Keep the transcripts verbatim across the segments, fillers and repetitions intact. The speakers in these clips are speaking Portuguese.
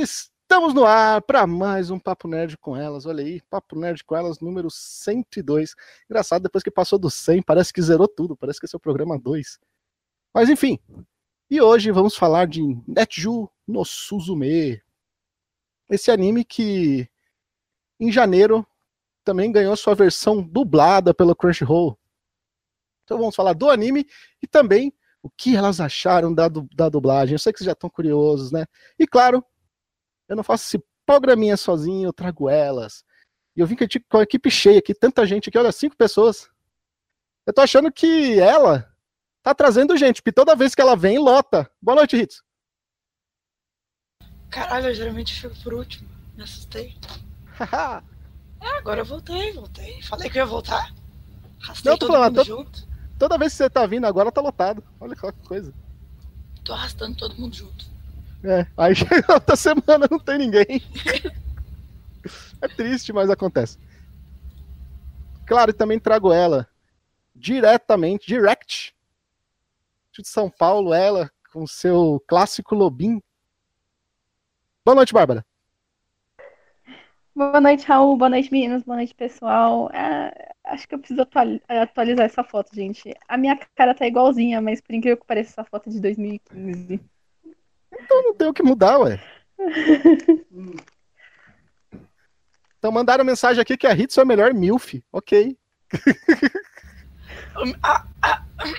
Estamos no ar para mais um Papo Nerd com elas. Olha aí, Papo Nerd com elas, número cento e dois. Engraçado, depois que passou do cem, parece que zerou tudo. Parece que esse é o programa dois. Mas enfim, e hoje vamos falar de Netju no Suzume. Esse anime que, em janeiro, também ganhou sua versão dublada pelo Crunchyroll. Então vamos falar do anime e também o que elas acharam da, da dublagem. Eu sei que vocês já estão curiosos, né? E claro, eu não faço esse programinha sozinho, eu trago elas. E eu vim com a equipe cheia aqui, tanta gente aqui, olha, cinco pessoas. Eu tô achando que ela tá trazendo gente, porque toda vez que ela vem, lota. Boa noite, Ritz. Caralho, eu geralmente fico por último. Me assustei. É, agora eu voltei, voltei. Falei que eu ia voltar. Arrastei Não, tô todo falando, mundo to- junto. Toda vez que você tá vindo agora, tá lotado. Olha que coisa. Tô arrastando todo mundo junto. É, aí chega outra semana, não tem ninguém. É triste, mas acontece. Claro, e também trago ela diretamente, direct, de São Paulo, ela com seu clássico Lobin. Boa noite, Bárbara. Boa noite, Raul. Boa noite, meninos. Boa noite, pessoal. É, acho que eu preciso atuali- atualizar essa foto, gente. A minha cara tá igualzinha, mas por incrível que pareça, essa foto é de dois mil e quinze. Então não tem o que mudar, ué. Então mandaram mensagem aqui que a Ritz é a melhor MILF. Ok. Um, ah, ah,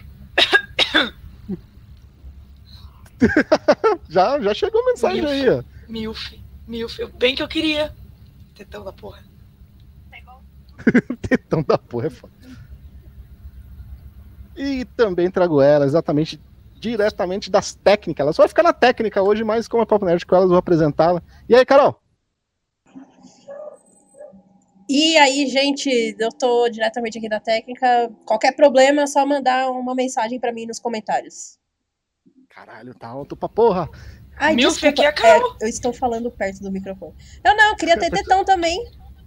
já, já chegou mensagem Milf. aí, ó. Milf. Milf. Eu- Bem que eu queria. Tetão da porra. Tetão da porra é foda. E também trago ela exatamente, diretamente das técnicas. Ela só vai ficar na técnica hoje, mas como é Papo Nerd com elas, eu vou apresentá-la. E aí, Carol? E aí, gente, eu tô diretamente aqui da técnica. Qualquer problema é só mandar uma mensagem pra mim nos comentários. Caralho, tá alto pra porra. Ai, Milf desculpa, aqui é a Carol. é, eu estou falando perto do microfone. Eu não, eu queria ter tetão também.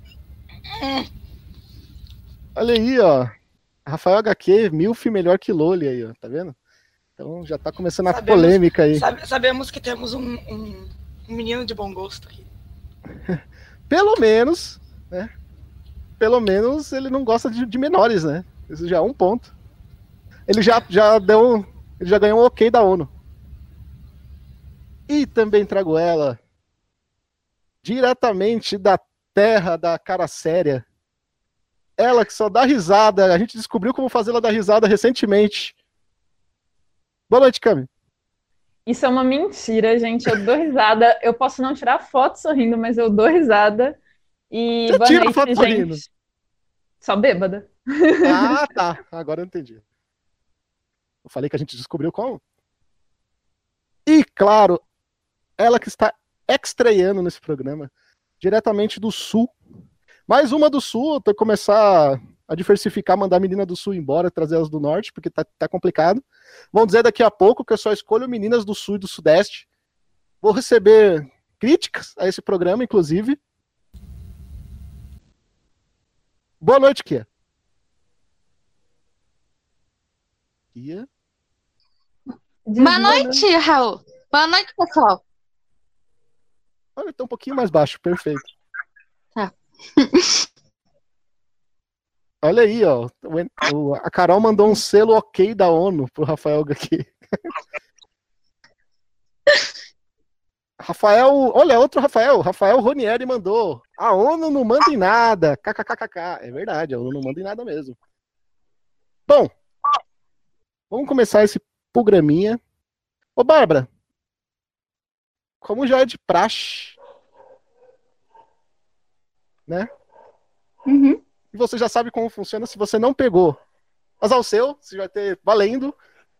Olha aí, ó. Rafael H Q, MILF melhor que Loli aí, ó. Tá vendo? Então já tá começando a Sabemos- polêmica aí. Sabe- sabemos que temos um, um- um menino de bom gosto aqui. Pelo menos, né? Pelo menos ele não gosta de, de menores, né? Isso já é um ponto. Ele já, já deu. Ele já ganhou um ok da ONU. E também trago ela diretamente da terra da cara séria. Ela que só dá risada. A gente descobriu como fazer ela dar risada recentemente. Boa noite, Cami. Isso é uma mentira, gente. Eu dou risada. Eu posso não tirar foto sorrindo, mas eu dou risada. E Você boa tira noite, foto gente. sorrindo. Só bêbada. Ah, tá. Agora eu entendi. Eu falei que a gente descobriu como. E, claro, ela que está estreando nesse programa, diretamente do Sul. Mais uma do Sul, eu tenho que começar a diversificar, mandar a menina do Sul embora, trazer elas do Norte, porque tá, tá complicado. Vão dizer daqui a pouco que eu só escolho meninas do Sul e do Sudeste. Vou receber críticas a esse programa, inclusive. Boa noite, Kia. Kia? Boa noite, Raul. Boa noite, pessoal. Olha, tá um pouquinho mais baixo, perfeito. Tá. Olha aí, ó. o- A Carol mandou um selo ok da ONU pro Rafael aqui. Rafael, olha, outro Rafael. Rafael Ronieri mandou. A ONU não manda em nada. KKKKK. É verdade, a ONU não manda em nada mesmo. Bom, vamos começar esse programinha. Ô, Bárbara, como já é de praxe, né? Uhum. E você já sabe como funciona. Se você não pegou, mas ao seu, você vai ter valendo.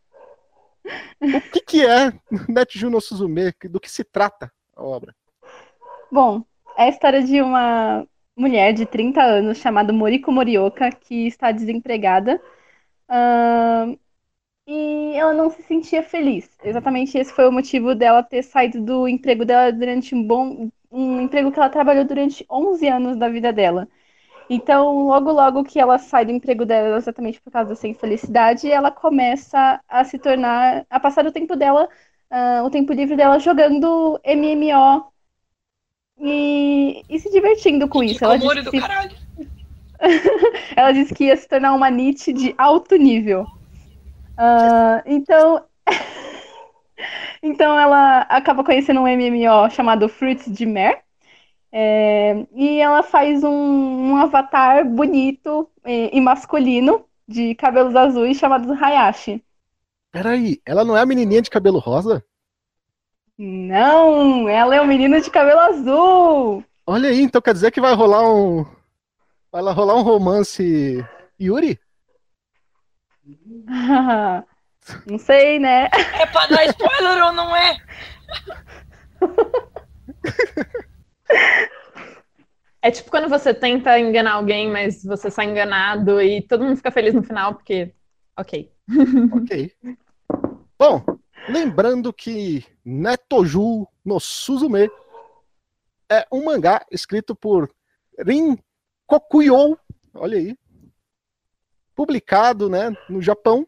O que que é Netju no Suzume? Do que se trata a obra? Bom, é a história de uma mulher de trinta anos chamada Moriko Morioka, que está desempregada. ahn, e ela não se sentia feliz. Exatamente esse foi o motivo dela ter saído do emprego dela durante um bom... Um emprego que ela trabalhou durante onze anos da vida dela. Então, logo, logo que ela sai do emprego dela, exatamente por causa dessa infelicidade, ela começa a se tornar, a passar o tempo dela, ah, o tempo livre dela jogando M M O e, e se divertindo com isso. Que Ela comori disse, do caralho. ela disse que ia se tornar uma Nietzsche de alto nível. Uh, então, então ela acaba conhecendo um M M O chamado Fruits de Mer. É, e ela faz um, um avatar bonito e, e masculino de cabelos azuis chamado Hayashi. Peraí, ela não é a menininha de cabelo rosa? Não, ela é um menino de cabelo azul. Olha aí, então quer dizer que vai rolar um. Vai lá rolar um romance Yuri? Não sei, né? É pra dar spoiler ou não é? É tipo quando você tenta enganar alguém, mas você sai enganado e todo mundo fica feliz no final, porque. Ok. Ok. Bom, lembrando que Netoju no Suzume é um mangá escrito por Rin Kokuyo, olha aí, publicado, né, no Japão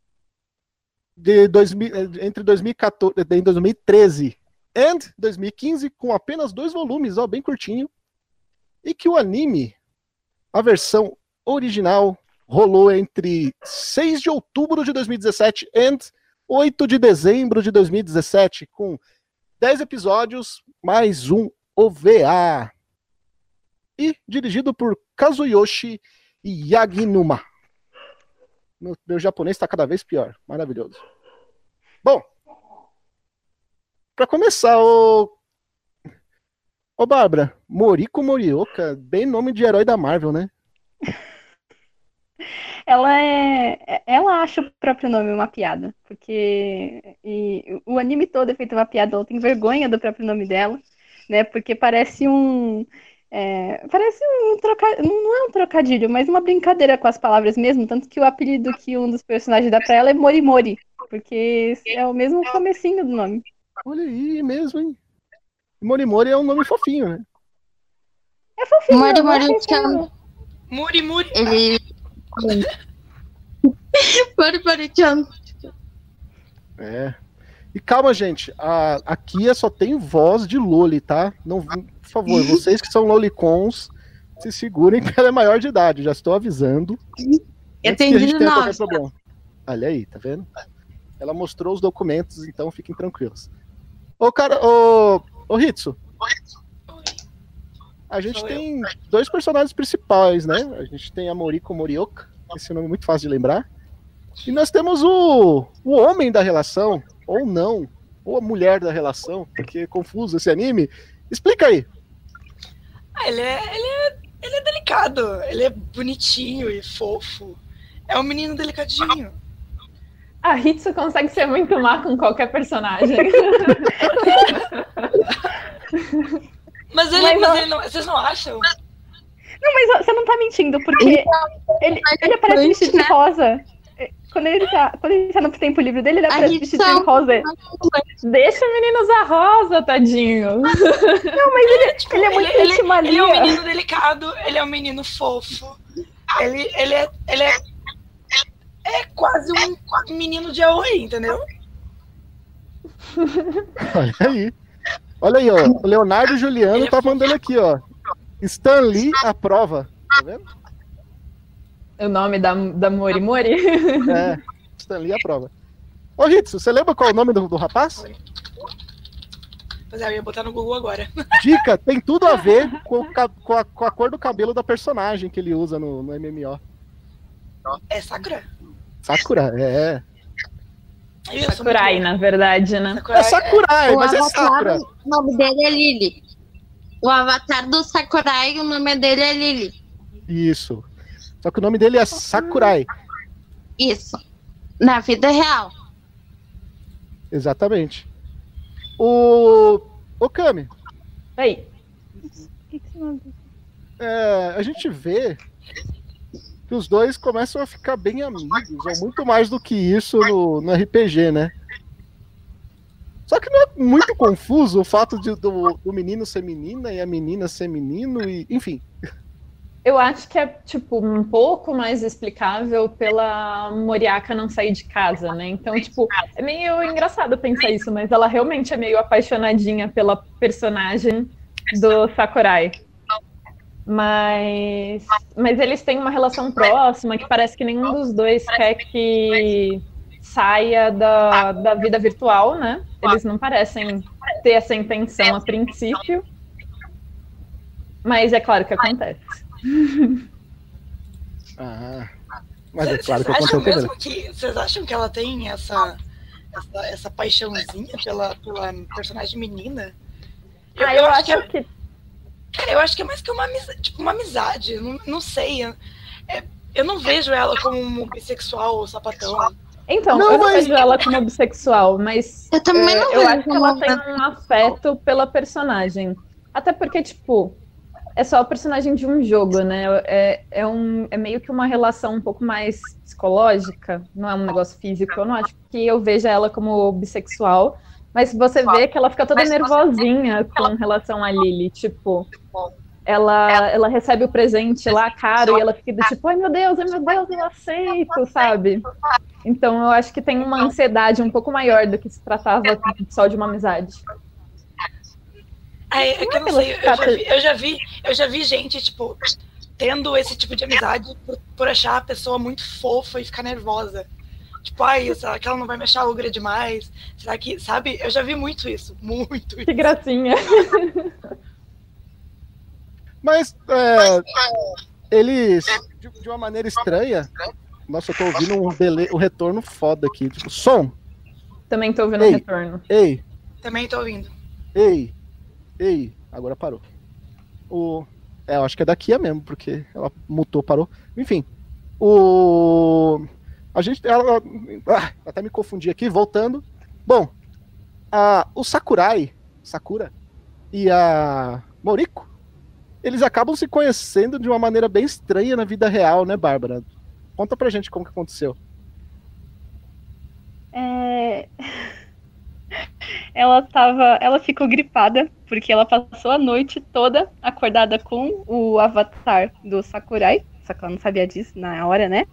de dois mil, entre dois mil e quatorze, em dois mil e treze e dois mil e quinze, com apenas dois volumes, ó, bem curtinho, e que o anime, a versão original, rolou entre seis de outubro de dois mil e dezessete e oito de dezembro de dois mil e dezessete, com dez episódios, mais um O V A. E dirigido por Kazuyoshi Yaginuma. Meu japonês está cada vez pior. Maravilhoso. Bom, para começar, o... Ô, Bárbara, Moriko Morioka, bem nome de herói da Marvel, né? Ela é. Ela acha o próprio nome uma piada. Porque e, o anime todo é feito uma piada. Ela tem vergonha do próprio nome dela, né? Porque parece um. É, parece um trocadilho. Não é um trocadilho, mas uma brincadeira com as palavras mesmo. Tanto que o apelido que um dos personagens dá pra ela é Morimori. Porque é o mesmo comecinho do nome. Olha aí mesmo, hein? Morimori é um nome fofinho, né? É fofinho. Mori não é Mori fofinho. Chan. Muri, muri. Ele. Mori Mori Chan. É. E calma, gente. A, a Kia só tem voz de Loli, tá? Não, por favor, vocês que são lolicons, se segurem que ela é maior de idade. Já estou avisando. Eu Antes que a gente entendi tenha nove. qualquer problema. Olha aí, tá vendo? Ela mostrou os documentos, então fiquem tranquilos. Ô, cara, ô, ô Hitsu, a gente Sou tem dois personagens principais, né? A gente tem a Moriko Morioka, esse nome é muito fácil de lembrar. E nós temos o, o homem da relação, ou não, ou a mulher da relação, porque é confuso esse anime. Explica aí. Ah, ele é, ele, é, ele é delicado, ele é bonitinho e fofo. É um menino delicadinho. A Hitsu consegue ser muito má com qualquer personagem. Mas ele, Mas mas não- ele não. Vocês não acham? Não, mas você não tá mentindo, porque ele, ele aparece vestido de rosa. Quando ele, tá, quando ele tá no tempo livre dele, ele A aparece gente vestido só- de rosa. Deixa o menino usar rosa, tadinho. Não, mas ele, Tipo, ele é muito ele, ele, estimalia. ele é um menino delicado, ele é um menino fofo. Ele, ele, é, ele é, é quase um menino de Aoi, entendeu? Olha aí. Olha aí, ó. O Leonardo Juliano Ele é tá mandando aqui, ó. Stan Lee à prova. Tá vendo? O nome da, da Mori Mori. É, Stan Lee à prova. Ô, Hitsu, você lembra qual é o nome do, do rapaz? Pois é, eu ia botar no Google agora. Dica, tem tudo a ver com, o ca- com a, com a cor do cabelo da personagem que ele usa no, no M M O. É Sakura? Sakura, é. Eu sou Sakurai, muito boa. na verdade, né? Sakurai É Sakurai, O mas é avatar, Sakura. o nome dele é Lily. O avatar do Sakurai, o nome dele é Lily. Isso. Só que o nome dele é Sakurai. Isso. Na vida real. Exatamente. O. O Kami, Aí. Que que você não- é, a gente vê que os dois começam a ficar bem amigos, ou muito mais do que isso no, no R P G, né? Só que não é muito confuso o fato de, do, do menino ser menina e a menina ser menino, e enfim. Eu acho que é, tipo, um pouco mais explicável pela Moriaka não sair de casa, né? Então, tipo, é meio engraçado pensar isso, mas ela realmente é meio apaixonadinha pela personagem do Sakurai. Mas, mas eles têm uma relação próxima que parece que nenhum dos dois quer que saia da, da vida virtual, né? Eles não parecem ter essa intenção a princípio. Mas é claro que acontece. Ah, mas é Vocês claro que acham aconteceu mesmo que vocês acham que ela tem essa essa, essa paixãozinha pela, pela personagem menina? Eu, ah, eu, eu acho, acho que, que... Cara, eu acho que é mais que uma amizade, tipo, uma amizade. Não, não sei. É, eu não vejo ela como um bissexual ou sapatão. Então, não, eu não mas... vejo ela como bissexual, mas eu, também não é, eu acho que ela tem um afeto pela personagem. Até porque, tipo, é só a personagem de um jogo, né? É, é, um, é meio que uma relação um pouco mais psicológica, não é um negócio físico. Eu não acho que eu veja ela como bissexual, mas você vê que ela fica toda nervosinha com relação a Lily, tipo... Ela, ela recebe o presente lá caro e ela fica do tipo, ai meu Deus, ai meu Deus, eu aceito, sabe? Então eu acho que tem uma ansiedade um pouco maior do que se tratava só de uma amizade. É, é que eu não sei, eu já, vi, eu, já vi, eu já vi gente, tipo, tendo esse tipo de amizade por, por achar a pessoa muito fofa e ficar nervosa. Tipo, ai, será que ela não vai me achar ogra demais? Será que, sabe? Eu já vi muito isso, muito isso. Que gracinha. Mas, é, eles, de, de uma maneira estranha... Nossa, eu tô ouvindo um, dele, um retorno foda aqui. Tipo, som. Também tô ouvindo ei, um retorno. Ei. Também tô ouvindo. Ei. Ei. Agora parou. O... É, eu acho que é da Kia mesmo, porque ela mutou, parou. Enfim. O... A gente... Ela... Ah, até me confundi aqui, voltando. Bom, a... o Sakurai, Sakura, e a Moriko, eles acabam se conhecendo de uma maneira bem estranha na vida real, né, Bárbara? Conta pra gente como que aconteceu. É... Ela tava, ela ficou gripada porque ela passou a noite toda acordada com o avatar do Sakurai, só que ela não sabia disso na hora, né?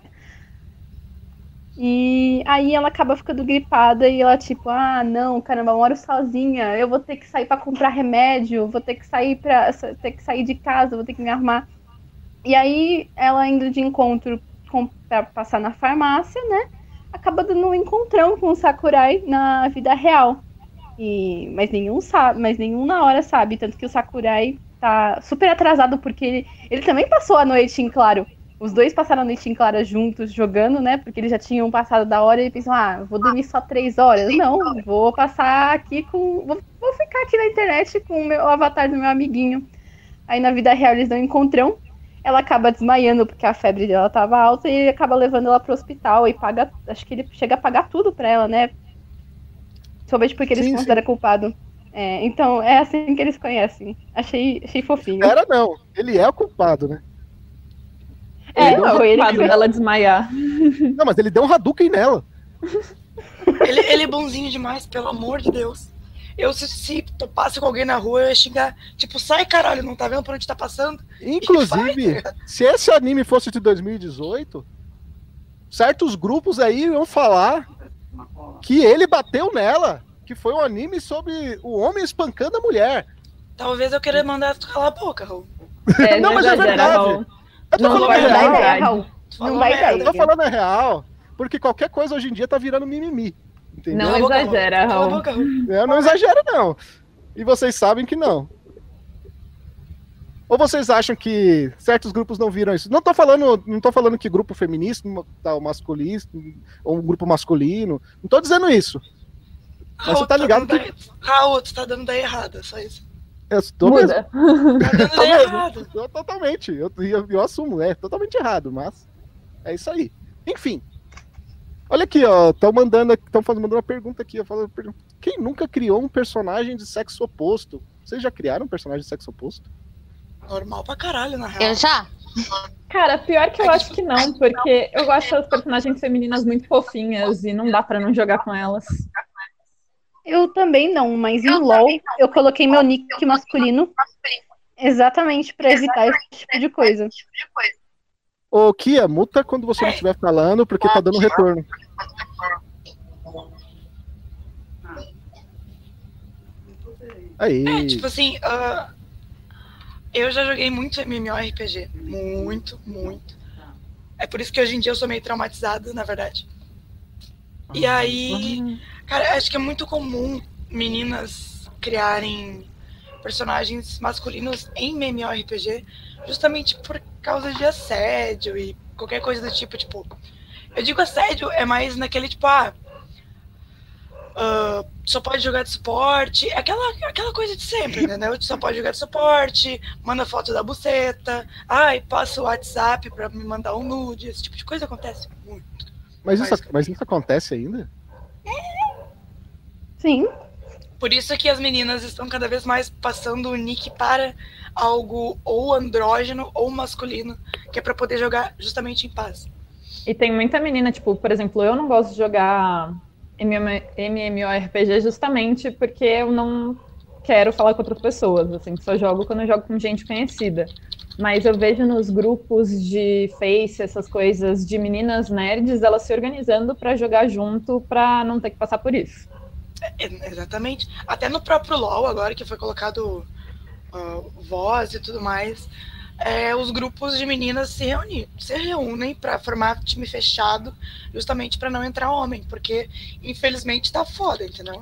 E aí ela acaba ficando gripada e ela tipo, ah, não, caramba, eu moro sozinha, eu vou ter que sair pra comprar remédio, vou ter que sair para ter que sair de casa, vou ter que me arrumar. E aí ela indo de encontro pra passar na farmácia, né? Acaba dando um encontrão com o Sakurai na vida real. E, mas nenhum sabe, mas nenhum na hora sabe, tanto que o Sakurai tá super atrasado porque ele, ele também passou a noite em claro. Os dois passaram a noite em clara juntos, jogando, né? Porque eles já tinham passado da hora e pensam, ah, vou dormir só três horas. Não, vou passar aqui com... Vou, vou ficar aqui na internet com o, meu, o avatar do meu amiguinho. Aí na vida real eles dão um encontrão. Ela acaba desmaiando porque a febre dela tava alta e ele acaba levando ela pro hospital e paga... Acho que ele chega a pagar tudo pra ela, né? Somente porque ele sim, se considera sim. culpado. É, então, é assim que eles conhecem. Achei, achei fofinho. Era não, ele é o culpado, né? É, ele não, ele faz ela desmaiar. Não, mas ele deu um Hadouken nela. Ele, ele é bonzinho demais, pelo amor de Deus. Eu, se, se topasse com alguém na rua, eu ia xingar. Tipo, sai, caralho, não tá vendo por onde tá passando? Inclusive, se esse anime fosse de dois mil e dezoito, certos grupos aí iam falar que ele bateu nela, que foi um anime sobre o homem espancando a mulher. Talvez eu queira mandar tu calar a boca, Raul. É, não, mas é verdade. Raul. Eu tô não falando vai a real. Ideia, Raul. Não vai ideia. Eu tô falando a real, porque qualquer coisa hoje em dia tá virando mimimi. Entendeu? Não exagera, Raul. Eu não exagero, não. E vocês sabem que não. Ou vocês acham que certos grupos não viram isso? Não tô falando, não tô falando que grupo feminista, tá, masculino, ou um grupo masculino. Não tô dizendo isso. Mas Raul, você tá ligado tá que... da... Raul, tu tá dando ideia errada, só isso. Eu tô Muda. mesmo. Tá dando ideia errada. Eu, totalmente. Eu, eu, eu assumo, é totalmente errado, mas é isso aí. Enfim. Olha aqui, ó. Estão mandando, estão mandando uma pergunta aqui. Eu falo, quem nunca criou um personagem de sexo oposto? Vocês já criaram um personagem de sexo oposto? Normal pra caralho, na real. Eu já? Cara, pior que eu acho que não, porque eu gosto das personagens femininas muito fofinhas e não dá pra não jogar com elas. Eu também não, mas em LoL eu coloquei meu nick masculino exatamente pra evitar esse tipo de coisa. Ô, Kia, muta quando você não estiver falando, porque tá dando retorno. Aí. É, tipo assim, uh, Eu já joguei muito MMORPG. Muito, muito. É por isso que hoje em dia eu sou meio traumatizada, na verdade. E aí, cara, acho que é muito comum meninas criarem personagens masculinos em MMORPG justamente por causa de assédio e qualquer coisa do tipo, tipo... Eu digo assédio, é mais naquele tipo, ah... Uh, só pode jogar de suporte, aquela, aquela coisa de sempre, entendeu? Só pode jogar de suporte, manda foto da buceta, ai, passa o WhatsApp pra me mandar um nude, esse tipo de coisa acontece muito. Mas isso, mas isso acontece ainda? Sim. Por isso que as meninas estão cada vez mais passando o nick para algo ou andrógeno ou masculino, que é pra poder jogar justamente em paz. E tem muita menina, tipo, por exemplo, eu não gosto de jogar MMORPG justamente porque eu não quero falar com outras pessoas, assim, só jogo quando eu jogo com gente conhecida. Mas eu vejo nos grupos de Face, essas coisas de meninas nerds, elas se organizando para jogar junto para não ter que passar por isso. É, exatamente. Até no próprio LoL, agora que foi colocado uh, voz e tudo mais, é, os grupos de meninas se, reúnem, se reúnem para formar time fechado, justamente para não entrar homem, porque infelizmente tá foda, entendeu?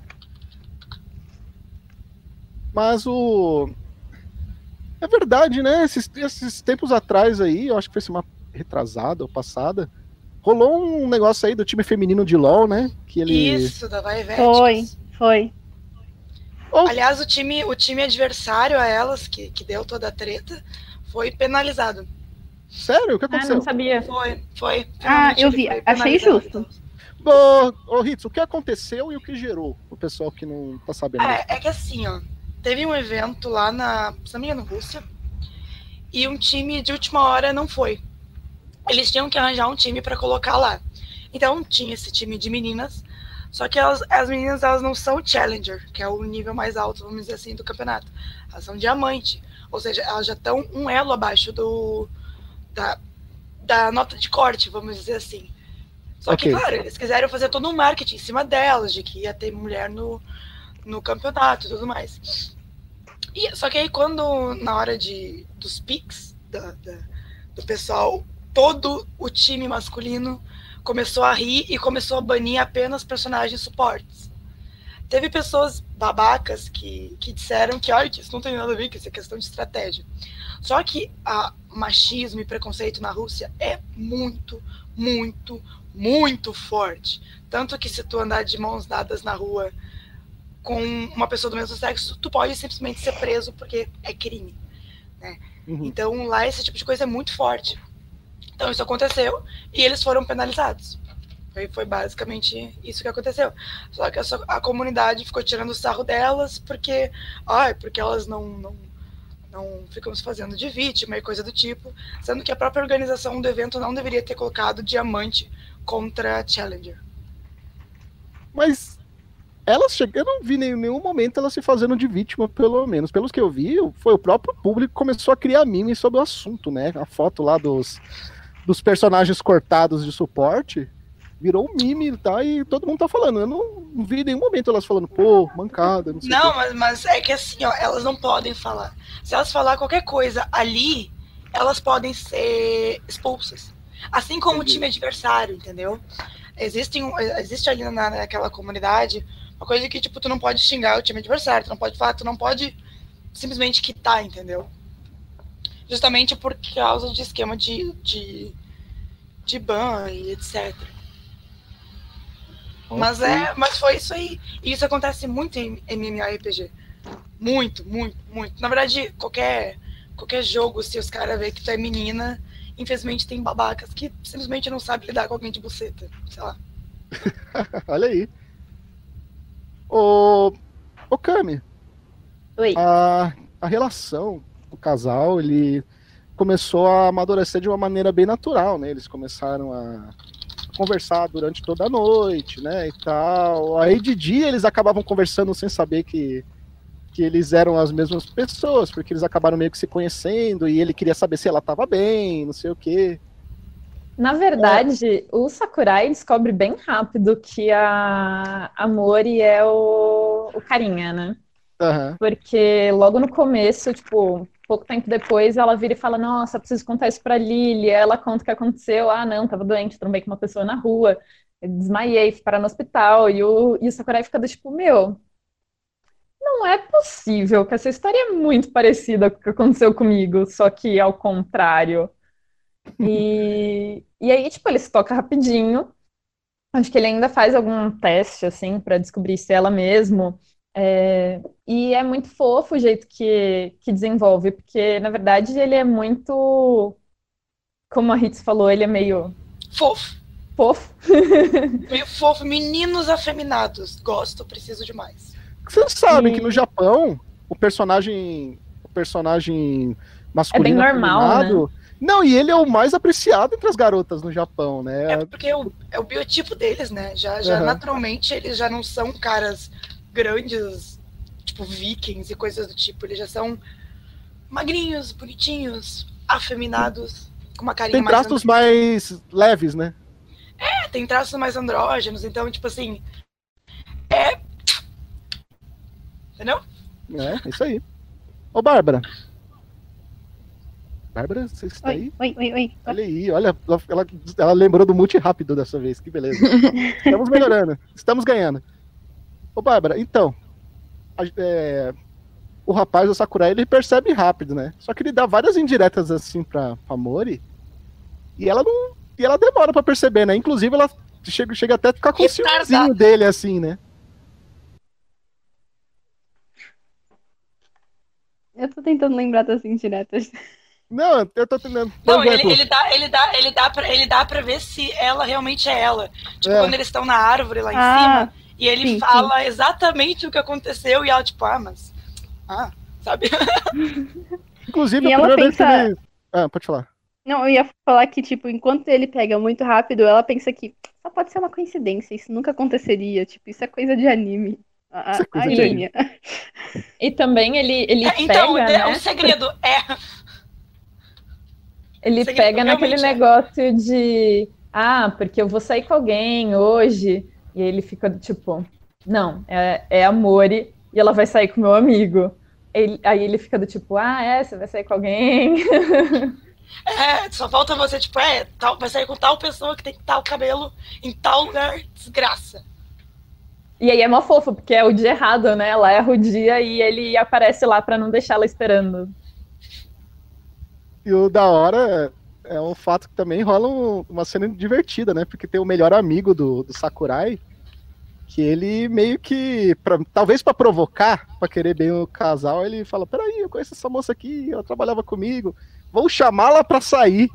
Mas o... É verdade, né? Esses, esses tempos atrás aí, eu acho que foi semana retrasada ou passada, rolou um negócio aí do time feminino de LoL, né? Que ele... Isso, da Vai Foi, foi. Oh. Aliás, o time, o time adversário a elas, que, que deu toda a treta, foi penalizado. Sério? O que aconteceu? Ah, não sabia. Foi, foi. Ah, eu vi. Achei justo. Ô, ô Ritz, o que aconteceu e o que gerou? O pessoal que não tá sabendo. É, é que assim, ó, teve um evento lá na, se não me engano, Rússia, e um time de última hora não foi. Eles tinham que arranjar um time para colocar lá. Então tinha esse time de meninas, só que elas, as meninas elas não são Challenger, que é o nível mais alto, vamos dizer assim, do campeonato. Elas são Diamante, ou seja, elas já estão um elo abaixo do da, da nota de corte, vamos dizer assim. Só Okay. que, claro, eles quiseram fazer todo um marketing em cima delas, de que ia ter mulher no, no campeonato e tudo mais. E, só que aí quando, na hora de, dos picks da, da, do pessoal, todo o time masculino começou a rir e começou a banir apenas personagens suportes. Teve pessoas babacas que, que disseram que, olha, que isso não tem nada a ver, que isso é questão de estratégia. Só que a machismo e preconceito na Rússia é muito, muito, muito forte. Tanto que se tu andar de mãos dadas na rua com uma pessoa do mesmo sexo, tu pode simplesmente ser preso porque é crime, né? Uhum. Então lá esse tipo de coisa é muito forte. Então isso aconteceu e eles foram penalizados. Foi, foi basicamente isso que aconteceu. Só que a, a comunidade ficou tirando o sarro delas porque, ai, porque elas não, não, não ficam se fazendo de vítima e coisa do tipo, sendo que a própria organização do evento não deveria ter colocado diamante contra Challenger. Mas elas chegam, eu não vi em nenhum momento elas se fazendo de vítima, pelo menos. Pelos que eu vi, foi o próprio público que começou a criar memes sobre o assunto, né? A foto lá dos, dos personagens cortados de suporte virou um meme, tá? E todo mundo tá falando. Eu não vi em nenhum momento elas falando, pô, mancada, não sei Não, mas, mas é que assim, ó, elas não podem falar. Se elas falar qualquer coisa ali, elas podem ser expulsas. Assim como Entendi. O time adversário, entendeu? Existem, existe ali na, naquela comunidade uma coisa que, tipo, tu não pode xingar o time adversário, tu não pode falar, tu não pode simplesmente quitar, entendeu? Justamente por causa de esquema de, de, de ban e etcétera. Okay. Mas, é, mas foi isso aí. E isso acontece muito em MMORPG. Muito, muito, muito. Na verdade, qualquer, qualquer jogo, se os caras veem que tu é menina, infelizmente tem babacas que simplesmente não sabem lidar com alguém de buceta. Sei lá. Olha aí. Ô, ô Cami. Oi. A, a relação do casal, ele começou a amadurecer de uma maneira bem natural, né? Eles começaram a conversar durante toda a noite, né, e tal. Aí de dia eles acabavam conversando sem saber que, que eles eram as mesmas pessoas, porque eles acabaram meio que se conhecendo e ele queria saber se ela estava bem, não sei o quê. Na verdade, é. o Sakurai descobre bem rápido que a, a Mori é o, o carinha, né? Uhum. Porque logo no começo, tipo, pouco tempo depois, ela vira e fala, nossa, preciso contar isso pra Lily. Ela conta o que aconteceu. Ah, não, tava doente, trombei com uma pessoa na rua. Eu desmaiei, fui parar no hospital. E o, e o Sakurai fica do tipo, meu, não é possível que essa história é muito parecida com o que aconteceu comigo, só que ao contrário. E, e aí, tipo, ele se toca rapidinho. Acho que ele ainda faz algum teste, assim, pra descobrir se é ela mesmo. É, e é muito fofo o jeito que, que desenvolve, porque, na verdade, ele é muito... Como a Hitz falou, ele é meio Fofo. fofo. Meio fofo. Meninos afeminados. Gosto, preciso de mais. Vocês sabem E- que no Japão, o personagem, o personagem É masculino bem normal, afeminado- Não, e ele é o mais apreciado entre as garotas no Japão, né? É porque é o, é o biotipo deles, né? Já, já Aham. naturalmente eles já não são caras grandes, tipo vikings e coisas do tipo. Eles já são magrinhos, bonitinhos, afeminados, com uma carinha Tem mais traços mais leves, né? É, tem traços mais andrógenos, então, tipo assim. É. Entendeu? É, isso aí. Ô, Bárbara. Bárbara, você está aí? Oi, oi, oi, oi. Olha aí, olha, ela, ela, ela lembrou do multi rápido dessa vez, que beleza. Estamos melhorando, estamos ganhando. Ô, Bárbara, então, a- é, o rapaz, o Sakurai, ele percebe rápido, né? Só que ele dá várias indiretas assim pra, pra Mori, e ela não. E ela demora pra perceber, né? Inclusive, ela chega, chega até a ficar com o Retardada. ciúmezinho dele, assim, né? Eu tô tentando lembrar das indiretas. Não, eu tô tentando. Por Não, ele, exemplo, ele dá, ele dá, ele dá pra, ele dá pra ver se ela realmente é ela. Tipo, É. quando eles estão na árvore lá em Ah, cima, e ele sim, fala exatamente o que aconteceu, e ela, tipo, ah, mas. Ah, sabe? inclusive, E a ela primeira vez que pensa- ele. Ah, pode falar. Não, eu ia falar que, tipo, enquanto ele pega muito rápido, ela pensa que só pode ser uma coincidência, isso nunca aconteceria. Tipo, isso é coisa de anime. A, Isso é coisa a de ironia. E também ele, ele É, então, pega, é, né? o segredo é. Ele Segredo pega naquele realmente é. negócio de ah, porque eu vou sair com alguém hoje. E ele fica do tipo, não, é, é a Mori e ela vai sair com meu amigo. Ele- aí ele fica do tipo, ah, é, você vai sair com alguém. É, só falta você, tipo, é, tal, vai sair com tal pessoa que tem tal cabelo em tal lugar, desgraça. E aí é mó fofo, porque é o dia errado, né? Ela erra o dia e ele aparece lá pra não deixar ela esperando. E o da hora é um fato que também rola um- uma cena divertida, né? Porque tem o melhor amigo do, do Sakurai, que ele meio que, pra- talvez pra provocar, pra querer bem o casal, ele fala: peraí, eu conheço essa moça aqui, ela trabalhava comigo, vou chamá-la pra sair.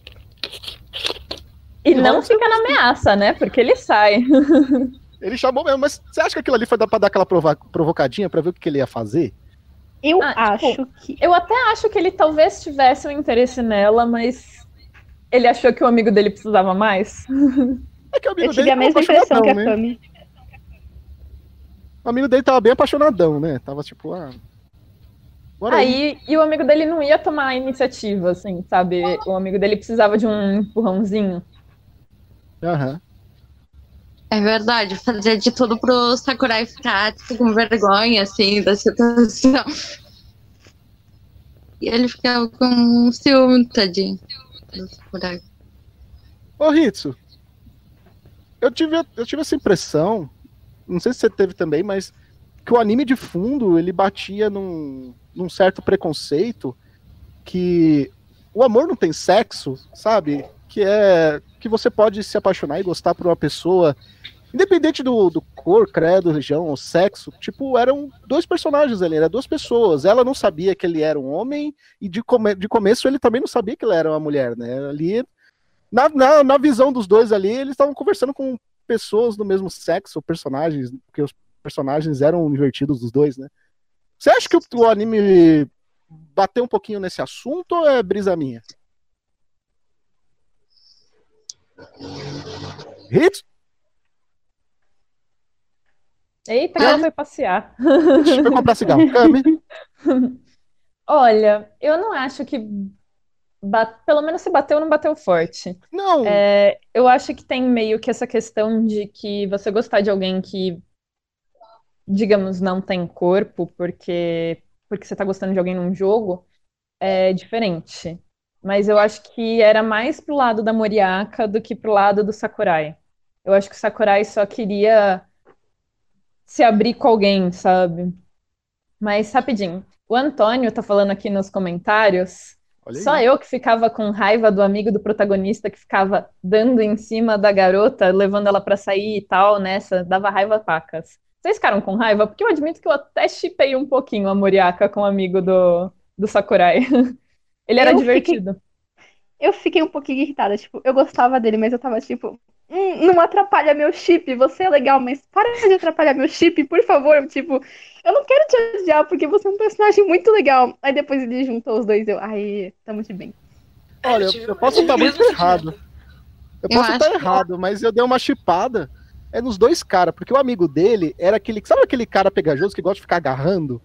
E E não rola fica na ameaça, né? Porque ele sai. Ele chamou mesmo, mas você acha que aquilo ali foi dar- pra dar aquela prova- provocadinha pra ver o que que ele ia fazer? Eu Ah, tipo, acho que. Eu até acho que ele talvez tivesse um interesse nela, mas ele achou que o amigo dele precisava mais. É que o amigo Eu tive dele a tava mesma impressão que a apaixonadão, né? Kami. O amigo dele tava bem apaixonadão, né? Tava tipo, ah. Bora aí. Aí, e o amigo dele não ia tomar a iniciativa, assim, sabe? O amigo dele precisava de um empurrãozinho. Aham. É verdade, fazia de tudo pro Sakurai ficar tipo, com vergonha, assim, da situação. E ele ficava com ciúme, tadinho, do Sakurai. Ô, Hitsu, eu tive, eu tive essa impressão, não sei se você teve também, mas que o anime de fundo, ele batia num, num certo preconceito que o amor não tem sexo, sabe? Que é que você pode se apaixonar e gostar por uma pessoa, independente do, do cor, credo, religião ou sexo, tipo, eram dois personagens ali, eram duas pessoas. Ela não sabia que ele era um homem e de, come, de começo ele também não sabia que ela era uma mulher, né? Ali, na, na, na visão dos dois ali, eles estavam conversando com pessoas do mesmo sexo, personagens, porque os personagens eram invertidos dos dois, né? Você acha que o, o anime bateu um pouquinho nesse assunto ou é brisa minha? Hits? Eita, que ela foi passear. Deixa eu comprar cigarro. Cami? Olha, eu não acho que. ba- Pelo menos se bateu, não bateu forte. Não. É, eu acho que tem meio que essa questão de que você gostar de alguém que, digamos, não tem corpo, porque, porque você tá gostando de alguém num jogo, é diferente. Mas eu acho que era mais pro lado da Moriaka do que pro lado do Sakurai. Eu acho que o Sakurai só queria se abrir com alguém, sabe? Mas, rapidinho, o Antônio tá falando aqui nos comentários, Olha só aí. eu que ficava com raiva do amigo do protagonista que ficava dando em cima da garota, levando ela pra sair e tal, nessa, dava raiva pacas. Vocês ficaram com raiva? Porque eu admito que eu até shippei um pouquinho a Moriaka com o amigo do, do Sakurai. Ele era Eu divertido. Eu fiquei um pouquinho irritada, tipo, eu gostava dele, mas eu tava tipo, hum, não atrapalha meu chip, você é legal, mas para de atrapalhar meu chip, por favor, tipo, eu não quero te odiar, porque você é um personagem muito legal. Aí depois ele juntou os dois, eu, ai, tamo de bem. Olha, eu, tive- eu posso tive estar o muito mesmo errado. sentimento. Eu Eu posso acho estar que- errado, mas eu dei uma chipada é nos dois caras, porque o amigo dele era aquele. Sabe aquele cara pegajoso que gosta de ficar agarrando?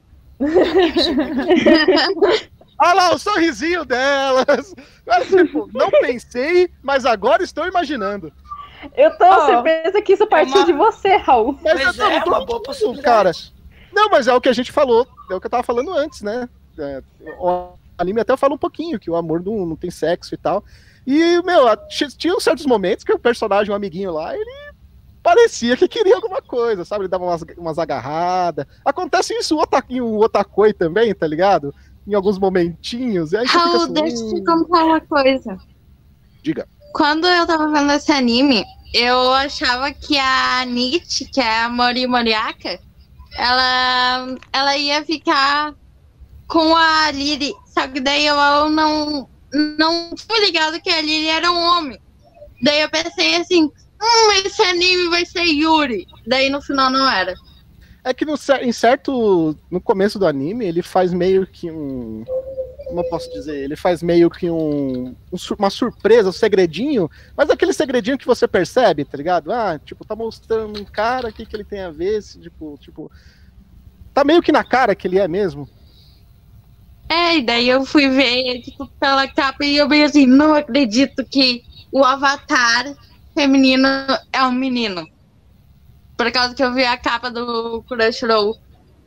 Ah lá, o sorrisinho delas! Mas, tipo, não pensei, mas agora estou imaginando. Eu tô Oh, surpresa que isso partiu uma- de você, Raul. Mas Pois eu é, tô- uma tô boa mentindo, possibilidade. cara. Não, mas é o que a gente falou, é o que eu tava falando antes, né? É, o anime até fala um pouquinho que o amor não, não tem sexo e tal. E, meu, a- t- tinha certos momentos que o personagem, o amiguinho lá, ele parecia que queria alguma coisa, sabe? Ele dava umas, umas agarradas. Acontece isso em o Otakoi também, tá ligado? Em alguns momentinhos. E aí você fica Raul, assim, deixa eu te hum, contar uma coisa. diga. Quando eu tava vendo esse anime, eu achava que a Nietzsche, que é a Mori Moriaka, ela, ela ia ficar com a Lily. Só que daí eu, eu não, não fui ligado que a Lily era um homem. Daí eu pensei assim, hum, esse anime vai ser Yuri. Daí no final não era. É que no, cer- em certo. No começo do anime, ele faz meio que um. Como eu posso dizer? Ele faz meio que um, um sur- uma surpresa, um segredinho, mas aquele segredinho que você percebe, tá ligado? Ah, tipo, tá mostrando um cara, o que, que ele tem a ver, se, tipo, tipo. Tá meio que na cara que ele é mesmo. É, e daí eu fui ver, tipo, pela capa e eu vi assim, não acredito que o avatar feminino é um menino. Por causa que eu vi a capa do Crunchyroll.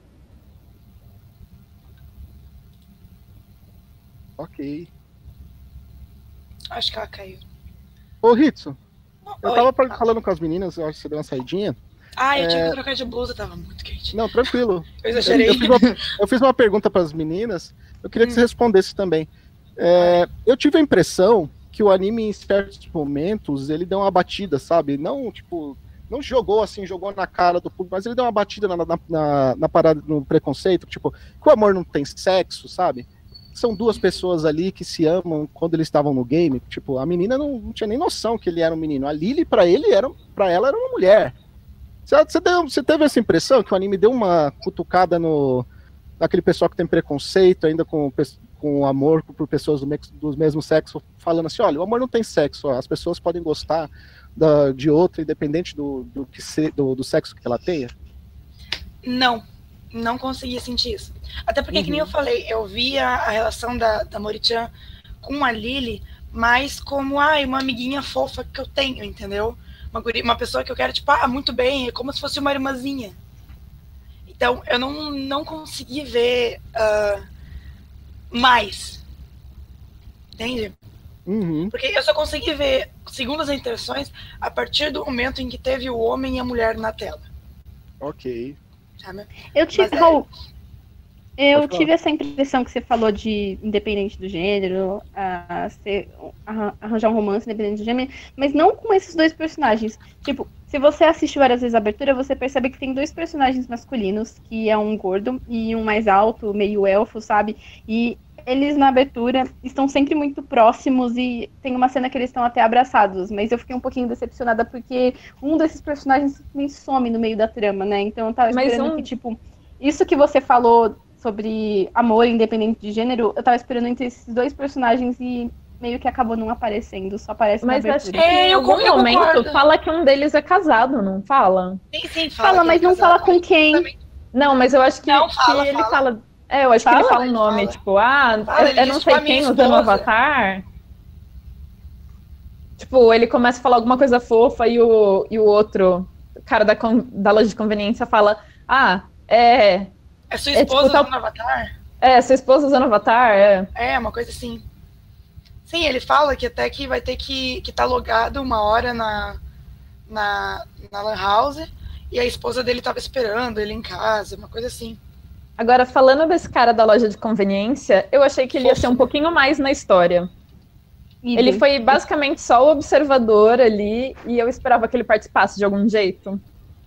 Ok. Acho que ela caiu. Ô, Ritsu, eu Oi. tava par- falando com as meninas, eu acho que você deu uma saidinha. Ah, eu tive É. que trocar de blusa, tava muito quente. Não, tranquilo. Eu Eu, exagerei. eu fiz uma, eu fiz uma pergunta para as meninas, eu queria que você respondesse também. É, eu tive a impressão que o anime, em certos momentos, ele deu uma batida, sabe? Não, tipo, não jogou assim, jogou na cara do público, mas ele deu uma batida na, na, na, na parada, no preconceito, tipo, que o amor não tem sexo, sabe? São duas pessoas ali que se amam quando eles estavam no game. Tipo, a menina não, não tinha nem noção que ele era um menino. A Lily, pra ele, era, pra ela, era uma mulher. Você, você, deu, você teve essa impressão que o anime deu uma cutucada no naquele pessoal que tem preconceito, ainda com, com amor por pessoas do, mex, do mesmo sexo, falando assim, olha, o amor não tem sexo, ó, as pessoas podem gostar da, de outra, independente do, do, que se, do, do sexo que ela tenha? Não, não consegui sentir isso. Até porque, Uhum. que nem eu falei, eu via a relação da, da Mori-chan com a Lily mais como, ai, uma amiguinha fofa que eu tenho, entendeu? Uma, guri, uma pessoa que eu quero, tipo, ah, muito bem, é como se fosse uma irmãzinha. Então, eu não, não consegui ver uh, mais. Entende? Uhum. Porque eu só consegui ver, segundo as intenções, a partir do momento em que teve o homem e a mulher na tela. Ok. Sabe? Eu tive, Mas é- Raul, eu Pode falar. tive essa impressão que você falou de independente do gênero, a ser, arran- arranjar um romance independente do gênero, mas não com esses dois personagens. Tipo, se você assiste várias vezes a abertura, você percebe que tem dois personagens masculinos, que é um gordo e um mais alto, meio elfo, sabe? E eles na abertura estão sempre muito próximos e tem uma cena que eles estão até abraçados, mas eu fiquei um pouquinho decepcionada porque um desses personagens me some no meio da trama, né? Então eu tava Mas esperando um- que, tipo, isso que você falou sobre amor independente de gênero, eu tava esperando entre esses dois personagens e meio que acabou não aparecendo, só aparece Mas na acho que abertura. É, em eu algum con- eu momento concordo. fala que um deles é casado, não fala? Sim, sim, fala, Fala, que mas é não casado. fala com quem. Não, mas eu acho que, Não, que fala, ele fala. fala. É, eu acho que ele Fala? fala o nome, Fala. tipo, ah, Fala, eu, ele eu diz, não tipo, sei a minha quem usando o esposa. avatar. Tipo, ele começa a falar alguma coisa fofa e o, e o outro, o cara da, con- da loja de conveniência, fala: Ah, é. É sua É, esposa tipo, tá- usando Avatar? É, sua esposa usando Avatar, é. É, uma coisa assim. Sim, ele fala que até que vai ter que que tá logado uma hora na, na, na Lan House e a esposa dele tava esperando ele em casa, uma coisa assim. Agora, falando desse cara da loja de conveniência, eu achei que ele ia ser um pouquinho mais na história. Idem. Ele foi basicamente só o observador ali e eu esperava que ele participasse de algum jeito.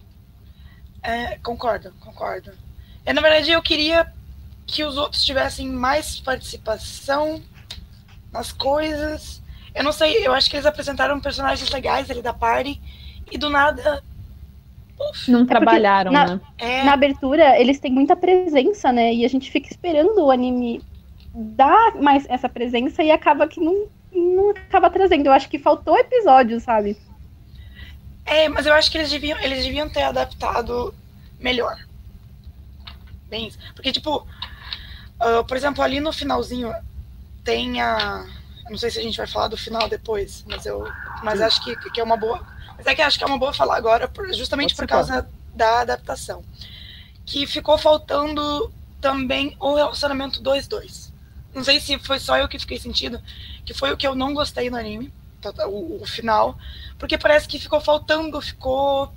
É, concordo, concordo. É, na verdade, eu queria que os outros tivessem mais participação nas coisas. Eu não sei, eu acho que eles apresentaram personagens legais ali da party e do nada. Uf, Não trabalharam, na- né? é, Na abertura, eles têm muita presença, né? E a gente fica esperando o anime dar mais essa presença e acaba que não, não acaba trazendo. Eu acho que faltou episódio, sabe? é, mas eu acho que eles deviam, eles deviam ter adaptado melhor. Bem isso. Porque, tipo, ah, por exemplo, ali no finalzinho tem a. Não sei se a gente vai falar do final depois, mas eu. Mas acho que, que é uma boa. Mas é que acho que é uma boa falar agora, por- justamente Pode por citar. causa da adaptação. Que ficou faltando também o relacionamento dois dois. Não sei se foi só eu que fiquei sentindo, que foi o que eu não gostei no anime, o, o final, porque parece que ficou faltando, ficou.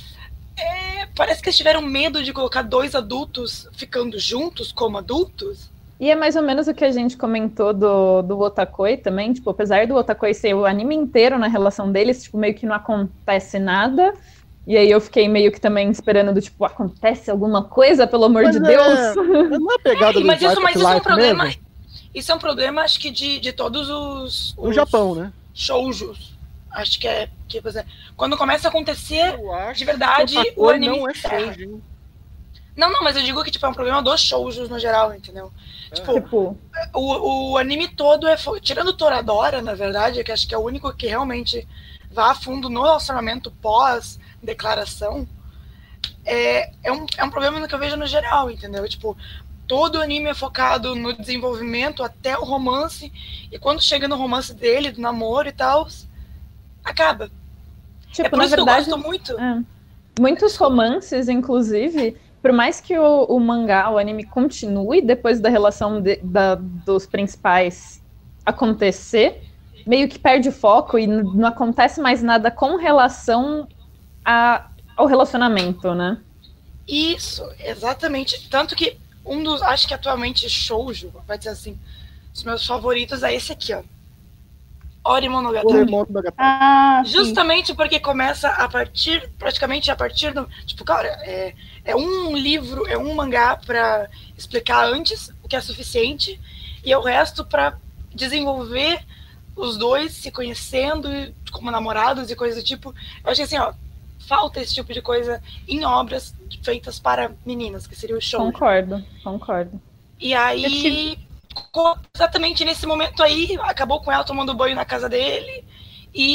É, parece que eles tiveram medo de colocar dois adultos ficando juntos como adultos. E é mais ou menos o que a gente comentou do, do Otakoi também, tipo, apesar do Otakoi ser o anime inteiro na relação deles, tipo, meio que não acontece nada, e aí eu fiquei meio que também esperando do tipo, acontece alguma coisa, pelo amor Mas de é- Deus? Não é a pegada É, do mas isso, Slice mas of isso é um Life problema. mesmo? Isso é um problema, acho que de, de todos os, No os Japão, né? shoujos. Acho que é. Que, por exemplo, quando começa a acontecer, Eu acho de verdade, que o o Otakoi anime não é ferra. shoujo, hein? Não, não, mas eu digo que tipo, é um problema dos shoujos no geral, entendeu? Tipo, Tipo, o, o anime todo é. fo- Tirando o Toradora, na verdade, que acho que é o único que realmente vai a fundo no relacionamento pós-declaração, é, é, um, é um problema no que eu vejo no geral, entendeu? Tipo, todo o anime é focado no desenvolvimento até o romance, e quando chega no romance dele, do namoro e tal, acaba. tipo é por na isso verdade, que eu gosto muito. é. Muitos romances, inclusive, por mais que o, o mangá, o anime continue depois da relação de- da- dos principais acontecer, meio que perde o foco e n- não acontece mais nada com relação a- ao relacionamento, né? Isso, exatamente. Tanto que um dos, acho que atualmente shoujo, vai dizer assim, os meus favoritos é esse aqui, ó. Ori O Monogatari. remoto da Gata. Ah, sim. Justamente porque começa a partir, praticamente a partir do. Tipo, cara, é, é um livro, é um mangá pra explicar antes o que é suficiente, e é o resto pra desenvolver os dois se conhecendo e como namorados e coisa do tipo. Eu acho que assim, ó, falta esse tipo de coisa em obras feitas para meninas, que seria o show. Concordo, concordo. E aí, co- exatamente nesse momento aí, acabou com ela tomando banho na casa dele. E.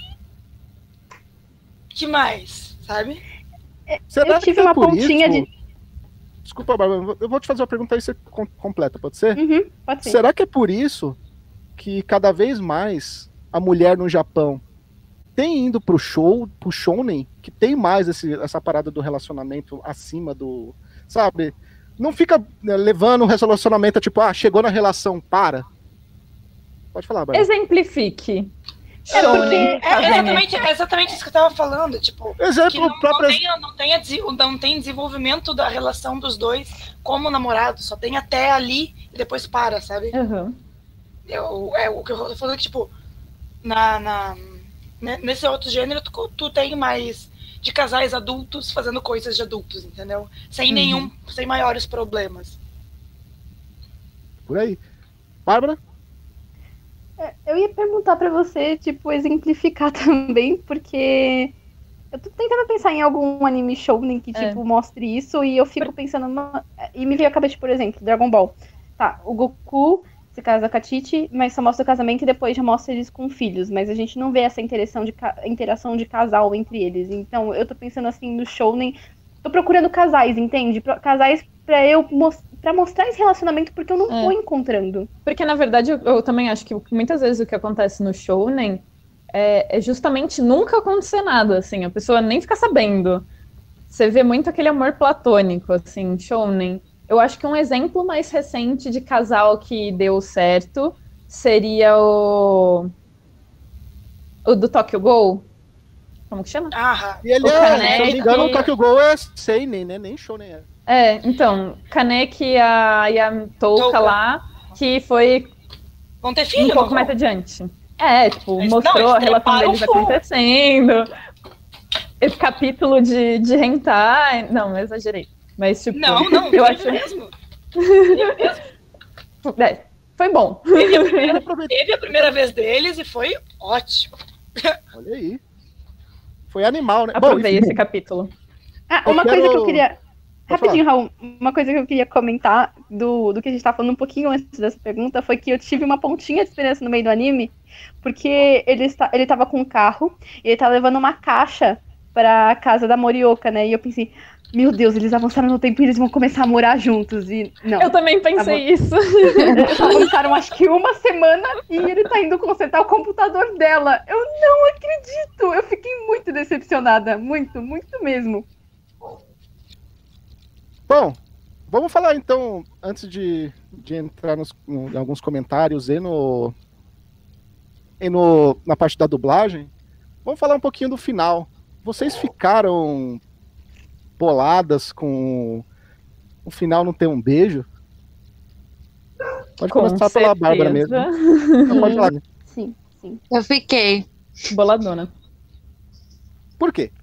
Que mais? Sabe? Será Eu que tive é uma por pontinha isso- de. Desculpa, Bárbara, eu vou te fazer uma pergunta aí, você com- completa, pode ser? Uhum, pode ser. Será que é por isso que cada vez mais a mulher no Japão tem indo pro show, pro shounen, que tem mais esse, essa parada do relacionamento acima do, sabe? Não fica né, levando o relacionamento, tipo, ah, chegou na relação, para. Pode falar, Bárbara. Exemplifique. É Shounen, porque- É Kazane. exatamente, é exatamente isso que eu tava falando. Tipo, que Exemplo não, não, próprio. tem, não, tem a desi- não tem desenvolvimento da relação dos dois como namorado. Só tem até ali e depois para, sabe? Uhum. É o, é o que eu tô falando que, tipo, na, na, né, nesse outro gênero, tu, tu tem mais de casais adultos fazendo coisas de adultos, entendeu? Sem Uhum. nenhum, sem maiores problemas. Por aí. Bárbara? Eu ia perguntar pra você, tipo, exemplificar também, porque eu tô tentando pensar em algum anime shounen que, É. tipo, mostre isso, e eu fico pensando, "Ma-" e me veio a cabeça, por exemplo, Dragon Ball. Tá, o Goku se casa com a Titi, mas só mostra o casamento e depois já mostra eles com filhos, mas a gente não vê essa interação de, ca- interação de casal entre eles. Então, eu tô pensando, assim, no shounen, tô procurando casais, entende? Pro- Casais pra eu mos- pra mostrar esse relacionamento, porque eu não É. tô encontrando. Porque, na verdade, eu, eu também acho que muitas vezes o que acontece no shounen é, é justamente nunca acontecer nada, assim, a pessoa nem fica sabendo. Você vê muito aquele amor platônico, assim, shounen. Eu acho que um exemplo mais recente de casal que deu certo seria o, o do Tokyo Ghoul. Como que chama? Ah, E ele O é, se eu não Kaneki- me engano, o Tokyo Ghoul é seinen, né? Nem shonen é. É, então, Kaneki e a, e a Touka Touka. lá, que foi vão ter um filho, pouco não mais vão? adiante. É, tipo, Eles- mostrou não, eles a relação treparam deles fogo. acontecendo. Esse capítulo de, de hentai... Não, eu exagerei. Mas, tipo, Não, não, eu teve acho... mesmo. É, foi bom. Teve a, primeira, teve a primeira vez deles e foi ótimo. Olha aí. Foi animal, né? Bom, Aprovei enfim, esse capítulo. Ah, Eu uma quero- coisa que eu queria. Pode Rapidinho, Raul, uma coisa que eu queria comentar do, do que a gente tava falando um pouquinho antes dessa pergunta foi que eu tive uma pontinha de experiência no meio do anime, porque ele, está, ele tava com um carro e ele tava levando uma caixa pra casa da Morioka, né? E eu pensei, meu Deus, eles avançaram no tempo e eles vão começar a morar juntos. E não. Eu também pensei isso. Eles avançaram acho que uma semana e ele tá indo consertar o computador dela. Eu não acredito! Eu fiquei muito decepcionada. Muito, muito mesmo. Bom, vamos falar então, antes de, de entrar nos, no- em alguns comentários e, no, e no, na parte da dublagem, vamos falar um pouquinho do final. Vocês ficaram boladas com o final não ter um beijo? Pode Com começar pela Bárbara mesmo. certeza. Então, pode falar. Sim, sim. Eu fiquei. Boladona. Por quê?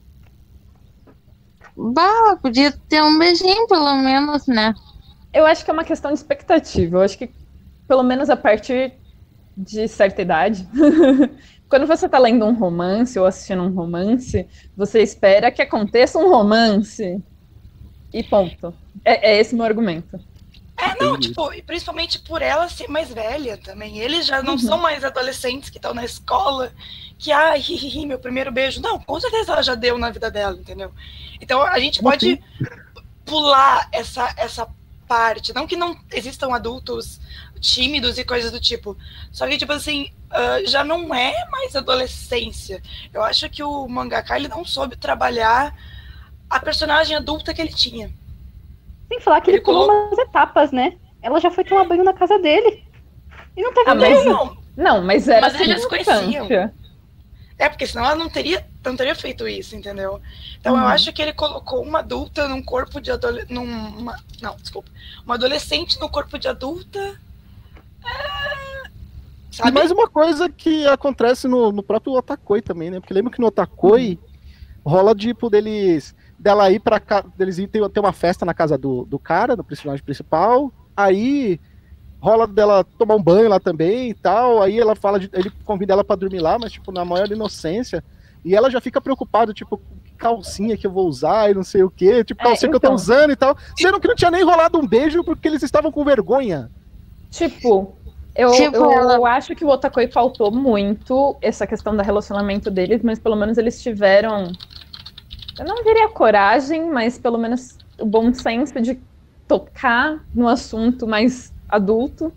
Bah, podia ter um beijinho, pelo menos, né? Eu acho que é uma questão de expectativa. Eu acho que, pelo menos a partir de certa idade, quando você tá lendo um romance ou assistindo um romance, você espera que aconteça um romance. E ponto. É, é esse meu argumento. É, não, Entendi. tipo, e principalmente por ela ser mais velha também. Eles já não são mais adolescentes que estão na escola, que, ai, hi, hi, hi, meu primeiro beijo. Não, com certeza ela já deu na vida dela, entendeu? Então a gente Como pode assim? pular essa, essa parte. Não que não existam adultos tímidos e coisas do tipo. Só que, tipo assim, ah, já não é mais adolescência. Eu acho que o mangaka, ele não soube trabalhar a personagem adulta que ele tinha. Sem falar que ele, Ele pulou colocou- umas etapas, né? Ela já foi tomar banho na casa dele. E não teve Ah, mas- beijo. Não, Não, mas era Mas eles já se conheciam. circunstância. é porque senão ela não teria, não teria feito isso, entendeu? Então eu Uhum. acho que ele colocou uma adulta num corpo de adolescente. Numa... Não, desculpa. Uma adolescente no corpo de adulta. É, E Sabe? mais uma coisa que acontece no, no próprio Otakoi também, né? Porque lembra que no Otakoi rola tipo deles dela ir pra casa, deles ir ter, ter uma festa na casa do, do cara, do personagem principal. Aí rola dela tomar um banho lá também e tal. Aí ela fala de, ele convida ela pra dormir lá, mas tipo na maior inocência. E ela já fica preocupada, tipo, que calcinha que eu vou usar e não sei o quê, tipo, É, calcinha que eu tô então. usando e tal. Sendo que não tinha nem rolado um beijo porque eles estavam com vergonha. Tipo, eu, Tipo, eu ela- acho que o Otakoi faltou muito essa questão do relacionamento deles, mas pelo menos eles tiveram, eu não diria coragem, mas pelo menos o bom senso de tocar no assunto mais adulto.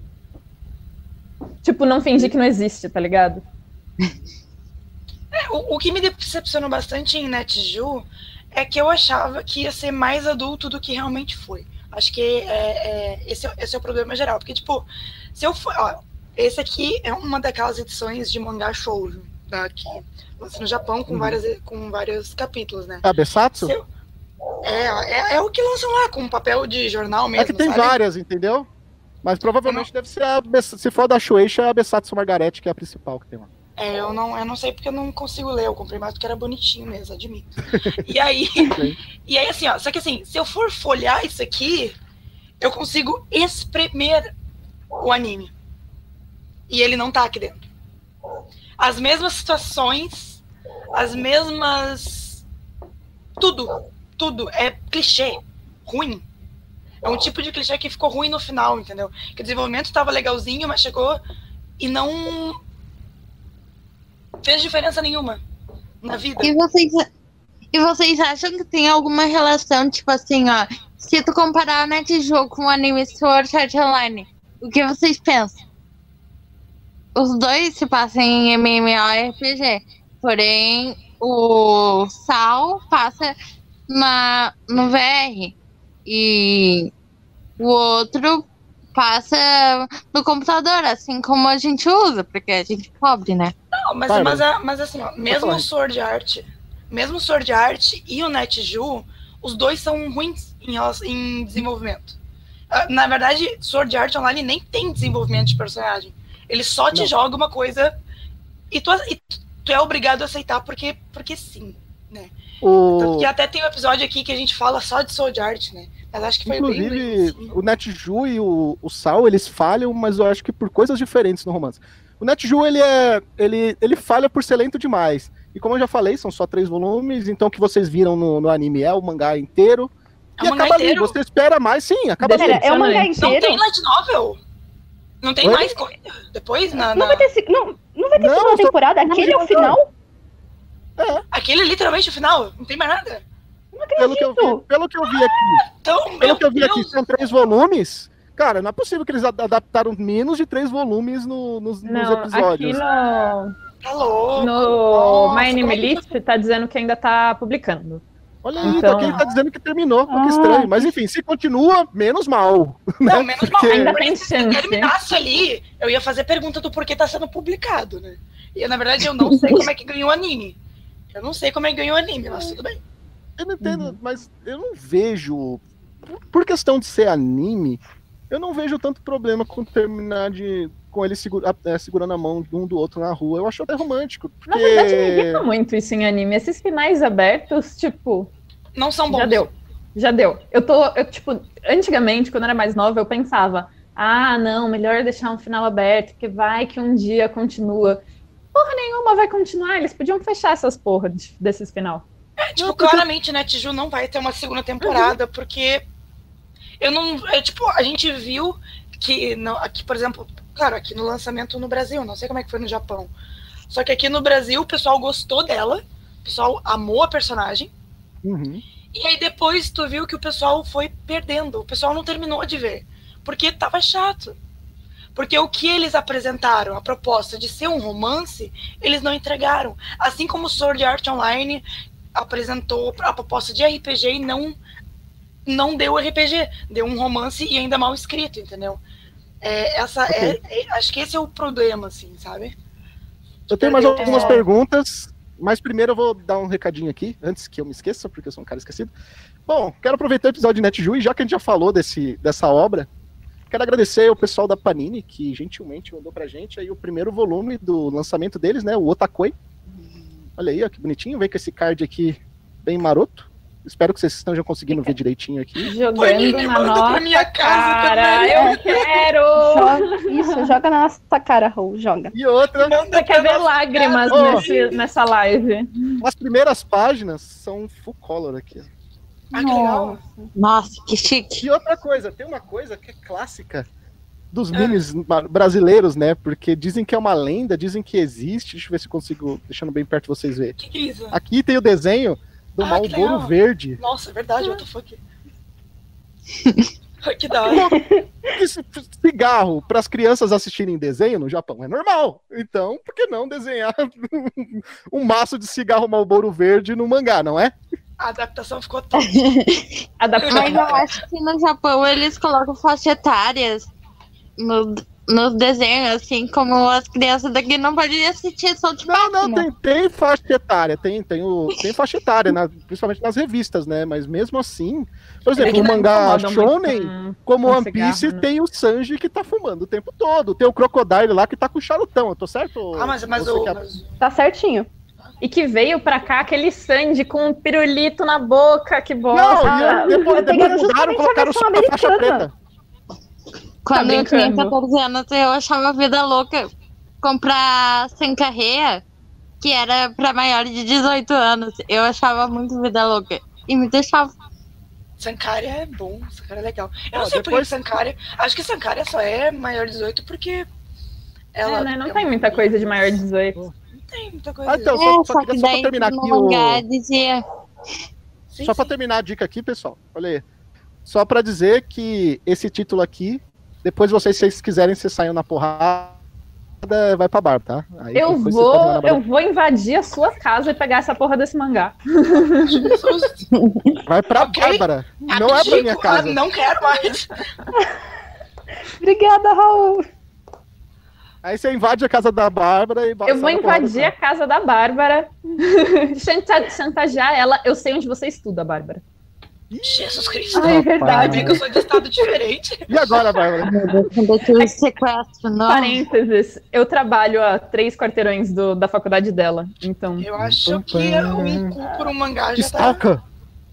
Tipo, não fingir que não existe, tá ligado? O, o que me decepcionou bastante em NetJu é que eu achava que ia ser mais adulto do que realmente foi. Acho que é, é, esse, é, esse é o problema geral. Porque, tipo, se eu for. Ó, esse aqui é uma daquelas edições de mangá shoujo, tá, que lança no Japão com, Uhum. várias, com vários capítulos, né? É a Besatsu? Se eu- é, é, é o que lançam lá, com papel de jornal mesmo. É que tem sabe? várias, entendeu? Mas provavelmente deve ser a Bess- se for da Shueisha, é a Besatsu Margarete, que é a principal que tem lá. É, eu não, eu não sei porque eu não consigo ler. Eu comprei mais porque era bonitinho mesmo, admito. E aí, e aí, assim, ó, só que assim, se eu for folhear isso aqui, eu consigo espremer o anime. E ele não tá aqui dentro. As mesmas situações, as mesmas. Tudo, tudo. É clichê. Ruim. É um tipo de clichê que ficou ruim no final, entendeu? Que o desenvolvimento tava legalzinho, mas chegou e não fez diferença nenhuma na vida. E vocês, e vocês acham que tem alguma relação, tipo assim, ó, se tu comparar o NetJogo com o anime Sword Art Online, o que vocês pensam? Os dois se passam em MMORPG, porém o Sal passa na, no V R. E o outro passa no computador, assim como a gente usa, porque a gente é pobre, né? Não, mas, Vai, mas, vai. a- mas assim, ó, mesmo falar. o Sword Art, mesmo o Sword Art e o NetJu, os dois são ruins em, relação- em desenvolvimento. Ah, Na verdade, Sword Art Online nem tem desenvolvimento de personagem. Ele só te Não. joga uma coisa e tu, e tu- tu é obrigado a aceitar porque, porque sim, né? Tanto O... que até tem um episódio aqui que a gente fala só de Sword Art, né? Mas acho que foi bem... Inclusive, bem- o NetJu e o, o Sal, eles falham, mas eu acho que por coisas diferentes no romance. O NetJu, ele é. Ele, ele falha por ser lento demais. E como eu já falei, são só três volumes, então o que vocês viram no, no anime é o mangá inteiro. É E o mangá acaba ali. inteiro? Você espera mais, sim, acaba ali. Pera, é o mangá Decepcionante. Não inteiro? tem light novel? Não tem Oi? mais coisa? Depois, na, Não na- vai ter, se- não, não vai ter Não, segunda só- temporada? Aquele é o final? Aquele é literalmente o final? Não tem mais nada? Pelo que, eu vi, pelo que eu vi aqui, Então, pelo meu que eu vi aqui, Deus, são três volumes. Cara, não é possível que eles ad- adaptaram menos de três volumes no- nos, nos Não, aqui episódios. no, tá louco. no Nossa, My Anime como é que List tá dizendo que ainda tá publicando. Olha aí, Então- então aqui ele tá dizendo que terminou. Olha que Ah, estranho. Mas enfim, se continua, menos mal. Não, menos mal. Porque- Ainda Porque tem se chance. terminasse ali, eu ia fazer pergunta do porquê tá sendo publicado, né? E na verdade eu não sei como é que ganhou o anime. Eu não sei como é que ganhou o anime, mas tudo bem. Eu não entendo, mas eu não vejo. por- Por questão de ser anime, eu não vejo tanto problema com terminar de. Com eles segura, é, segurando a mão um do outro na rua. Eu acho até romântico. Porque... Na verdade, me irrita muito isso em anime. Esses finais abertos, tipo, Não são bons. já deu. Já deu. Eu tô, eu, tipo, antigamente, quando eu era mais nova, eu pensava, ah, não, melhor deixar um final aberto, porque vai que um dia continua. Porra nenhuma vai continuar, eles podiam fechar essas porra de- desses final. É, tipo, Não, porque- claramente, né, Tiju não vai ter uma segunda temporada, porque eu não. É, tipo, a gente viu que não, aqui, por exemplo, claro, aqui no lançamento no Brasil, não sei como é que foi no Japão. Só que aqui no Brasil o pessoal gostou dela, o pessoal amou a personagem. Uhum. E aí depois tu viu que o pessoal foi perdendo. O pessoal não terminou de ver. Porque tava chato. Porque o que eles apresentaram, a proposta de ser um romance, eles não entregaram. Assim como o Sword Art Online apresentou a proposta de R P G e não, não deu R P G. Deu um romance e ainda mal escrito, entendeu? É, essa é, é- acho que esse é o problema, assim, sabe? Eu tenho mais Perdeu algumas o- perguntas, mas primeiro eu vou dar um recadinho aqui, antes que eu me esqueça, porque eu sou um cara esquecido. Bom, quero aproveitar o episódio de NetJu, e já que a gente já falou desse, dessa obra, quero agradecer ao pessoal da Panini, que gentilmente mandou pra gente aí o primeiro volume do lançamento deles, né, o Otakoi. Olha aí, ó, que bonitinho, vem com esse card aqui bem maroto. Espero que vocês estejam conseguindo ver direitinho aqui. Jogando Panini, na manda pra nossa minha casa cara. também. Eu quero! Joga, isso, joga na nossa cara, Raul, joga. E outra, Manda Você quer pra ver nossa lágrimas casa. nesse, nessa live? as primeiras páginas são full color aqui. Ah, que legal. Nossa, que chique. E outra coisa, tem uma coisa que é clássica dos minis ma- brasileiros, né? Porque dizem que é uma lenda, dizem que existe. Deixa eu ver se eu consigo, deixando bem perto vocês verem. Que que é isso? Aqui tem o desenho do Ah, que Marlboro legal. Verde. Nossa, é verdade, what the fuck. Que da hora. Esse cigarro para as crianças assistirem desenho no Japão é normal. Então, por que não desenhar um maço de cigarro Marlboro Verde no mangá, não é? A adaptação ficou top. Adaptação. Mas eu acho que no Japão eles colocam faixa etárias no, nos desenhos, assim, como as crianças daqui não podem assistir só de Não, não, máximo. tem, tem faixa etária, tem, tem, o, tem faixa etária, na- principalmente nas revistas, né? Mas mesmo assim, por exemplo, É que o não mangá incomoda muito Shonen, com- como com One Piece, cigarro, né? tem o Sanji que tá fumando o tempo todo. Tem o Crocodile lá que tá com o charutão, eu tô certo? Ah, mas, mas, Você o, quer- mas Tá certinho. E que veio pra cá aquele Sandy com um pirulito na boca, que Não, bosta. e depois, eu peguei depois mudaram, justamente a colocaram versão só a faixa americana. preta. Quando eu tinha brincando. catorze anos, eu achava vida louca comprar sem carreira, que era pra maiores de dezoito anos. Eu achava muito vida louca. E me deixava. Sankara é bom, Sankara é legal. Eu Ó, não sei por que depois- Sankara. Acho que Sankara só é maior de dezoito porque ela. É, né? Não é tem um- muita coisa de maior de dezoito. Não tem muita coisa. Ah, então, É, só, só, só, que queria- só pra daí terminar no aqui o... mangá dizia. Sim, Só pra sim. terminar a dica aqui, pessoal. Olha aí. Só pra dizer que esse título aqui, depois vocês, se vocês quiserem, vocês saiam na porrada. vai pra Bárbara, tá? Aí Eu depois vocês podem vou, mandar Bárbara. eu vou invadir a sua casa e pegar essa porra desse mangá. Vai pra Ok. Bárbara. Não é pra minha Abdico, casa. ah, Não quero mais. Obrigada, Raul. Aí você invade a casa da Bárbara e Eu vou invadir a casa da Bárbara, chanta- chantagear ela. Eu sei onde você estuda, Bárbara. Jesus Cristo. Ai, é verdade. Ainda bem que eu sou de estado diferente. E agora, Bárbara? Meu Deus, cometeu esse sequestro, não. Parênteses, eu trabalho a três quarteirões do- da faculdade dela, então... Eu acho que um cu por um mangá já tá. Stalker.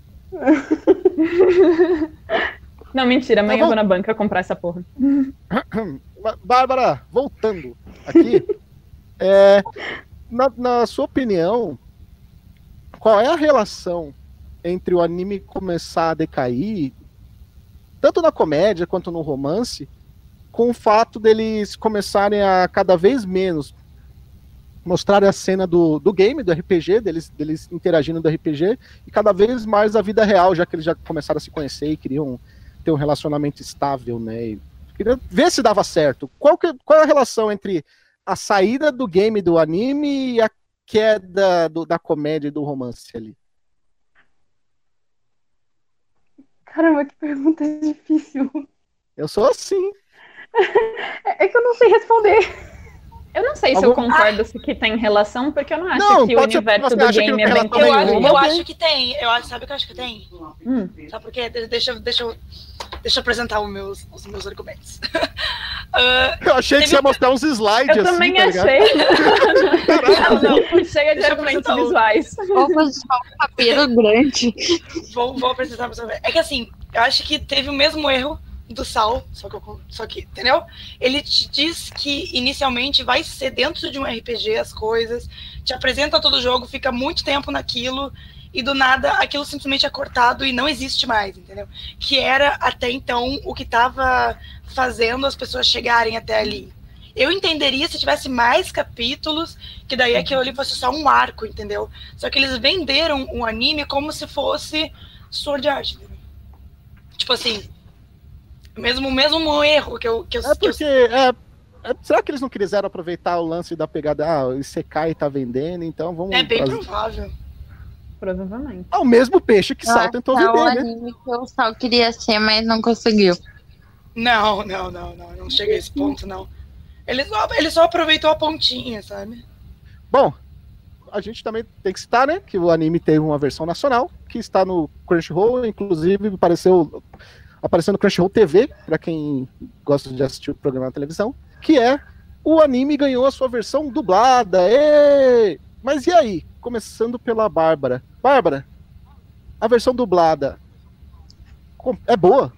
Não, mentira, amanhã Tá eu bom. vou na banca comprar essa porra. Bárbara, voltando aqui, é, na, na sua opinião, qual é a relação entre o anime começar a decair, tanto na comédia quanto no romance, com o fato deles começarem a cada vez menos mostrarem a cena do, do game, do R P G, deles, deles interagindo do R P G, e cada vez mais a vida real, já que eles já começaram a se conhecer e queriam ter um relacionamento estável, né? E queria ver se dava certo. Qual, que, qual é a relação entre a saída do game do anime e a queda do, da comédia e do romance ali? Caramba, que pergunta difícil. Eu sou assim. É é que eu não sei responder. Eu não sei se Algum- eu concordo se que tem relação, porque eu não acho Não, que o pode ser que universo você do acha que game não é tem bem relação Eu acho, nenhuma. eu Não tem. acho que tem. Eu acho, sabe o que eu acho que tem? Hum. Sabe por quê? De- Deixa, eu- deixa, eu- deixa eu apresentar os meus, os meus argumentos. Ah, Eu achei que Teve você ia um- mostrar uns slides Eu assim, também tá ligado? achei. não, não. Cheia de Deixa eu argumentos apresentar o- visuais. Ou foi só um cabelo grande. Vou, vou apresentar pra você ver. É que assim, eu acho que teve o mesmo erro do Sal, só que, eu, só que, entendeu? Ele te diz que inicialmente vai ser dentro de um R P G as coisas, te apresenta todo o jogo, fica muito tempo naquilo, e do nada aquilo simplesmente é cortado e não existe mais, entendeu? Que era até então o que estava fazendo as pessoas chegarem até ali. Eu entenderia se tivesse mais capítulos, que daí aquilo ali fosse só um arco, entendeu? Só que eles venderam o anime como se fosse Sword Art, entendeu? Tipo assim, mesmo, mesmo erro que eu... Que eu, É que eu porque. É, é- será que eles não quiseram aproveitar o lance da pegada? Ah, o Isekai tá vendendo, então vamos. é bem trazer- provável. Provavelmente. É o mesmo peixe que Sal Ah, tentou é o vender, né? anime que o Sal queria ser, mas não conseguiu. Não, não, não, não. Não chega a esse ponto, não. Ele só, ele só aproveitou a pontinha, sabe? Bom, a gente também tem que citar, né, que o anime teve uma versão nacional, que está no Crunchyroll, inclusive apareceu, apareceu no Crunchyroll T V, para quem gosta de assistir o programa na televisão, que é o anime ganhou a sua versão dublada. Ê! Mas e aí? Começando pela Bárbara. Bárbara, a versão dublada com- é boa?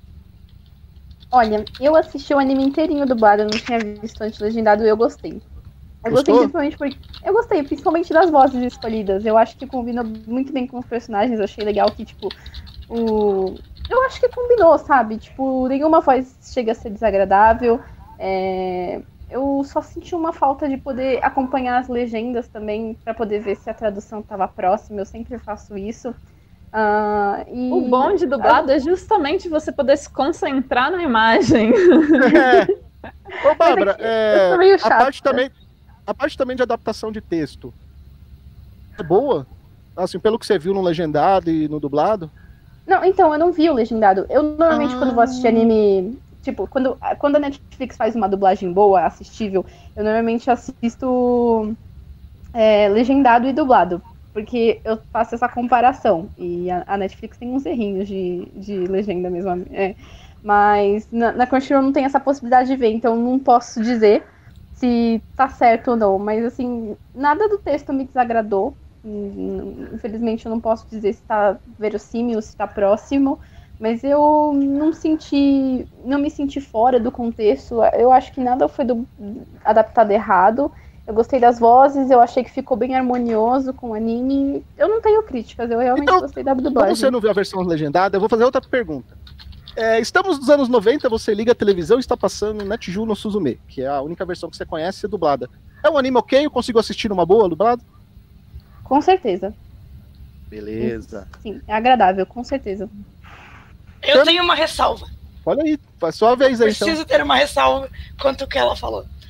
Olha, eu assisti o anime inteirinho dublado, eu não tinha visto antes legendado e eu gostei. Eu gostei Gostou? principalmente porque. Eu gostei, principalmente das vozes escolhidas. Eu acho que combina muito bem com os personagens. Eu achei legal que, tipo, o. Eu acho que combinou, sabe? Tipo, nenhuma voz chega a ser desagradável. É... Eu só senti uma falta de poder acompanhar as legendas também, pra poder ver se a tradução tava próxima. Eu sempre faço isso. Ah, e... O bom de dublado é justamente você poder se concentrar na imagem. É. Ô, Bárbara, Mas é que eu é, sou meio a chata. parte também, a parte também de adaptação de texto é boa? Assim, pelo que você viu no legendado e no dublado? Não, então, eu não vi o legendado. Eu normalmente, Ah. quando vou assistir anime. Tipo, quando, quando a Netflix faz uma dublagem boa, assistível, eu normalmente assisto é, legendado e dublado. Porque eu faço essa comparação. E a, a Netflix tem uns errinhos de, de legenda mesmo. É. Mas na, na Crunchyroll não tem essa possibilidade de ver, então não posso dizer se tá certo ou não. Mas assim, nada do texto me desagradou. Infelizmente eu não posso dizer se tá verossímil, se tá próximo. Mas eu não senti, não me senti fora do contexto. Eu acho que nada foi do, adaptado errado. Eu gostei das vozes, eu achei que ficou bem harmonioso com o anime. Eu não tenho críticas, eu realmente Então, gostei da Como dublagem. você não viu a versão legendada, eu vou fazer outra pergunta. É, estamos nos anos noventa, você liga a televisão e está passando Netju no Suzume, que é a única versão que você conhece dublada. É um anime ok? Eu consigo assistir numa boa dublado? Com certeza. Beleza. Sim, é agradável, com certeza. Eu Então- tenho uma ressalva. Olha aí, faz sua vez aí então. Preciso ter uma ressalva quanto ao que ela falou.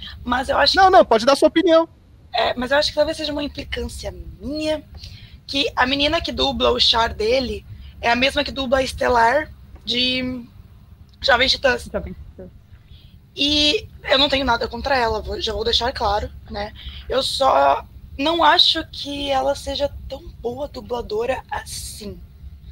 Mas eu acho Não, que, não, pode dar sua opinião. é, mas eu acho que talvez seja uma implicância minha, que a menina que dubla o Char dele é a mesma que dubla a Estelar de Jovem Titãs. Já bem. E eu não tenho nada contra ela, vou- já vou deixar claro, né? Eu só não acho que ela seja tão boa dubladora assim,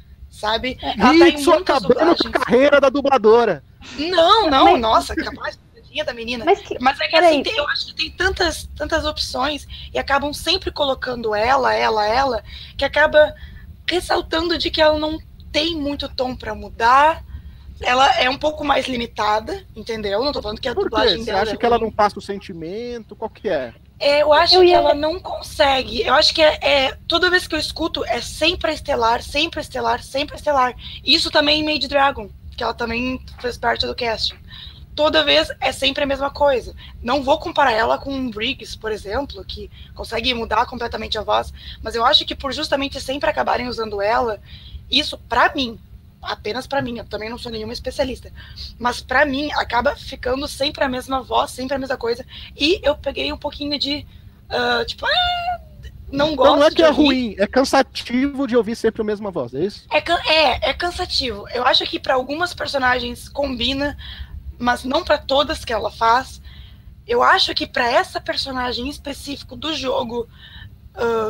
sabe? Ela tá em Isso muitas acabando com a dublagens. carreira da dubladora. Não, não, Mas- nossa, capaz tadinha da menina. Mas que. Mas é que Peraí. assim, tem- eu acho que tem tantas, tantas opções e acabam sempre colocando ela, ela, ela, que acaba ressaltando de que ela não tem muito tom pra mudar. Ela é um pouco mais limitada, entendeu? Não tô falando que a Por quê? dublagem Você dela acha é que ela ruim. não passa o sentimento? Qual que é? É, eu acho Eu que ia- ela não consegue. Eu acho que é, é- toda vez que eu escuto é sempre a Estelar, sempre a Estelar, sempre a Estelar. Isso também em Maid Dragon, que ela também fez parte do casting. Toda vez é sempre a mesma coisa. Não vou comparar ela com Briggs, por exemplo, que consegue mudar completamente a voz, mas eu acho que por justamente sempre acabarem usando ela, isso pra mim, apenas pra mim, eu também não sou nenhuma especialista, mas pra mim acaba ficando sempre a mesma voz, sempre a mesma coisa, e eu peguei um pouquinho de, ah, tipo, ah, não gosto Então não é que de é ouvir. ruim, é cansativo de ouvir sempre a mesma voz, é isso? É, can- é, é cansativo. Eu acho que pra algumas personagens combina, mas não pra todas que ela faz. Eu acho que pra essa personagem em específico do jogo, ah,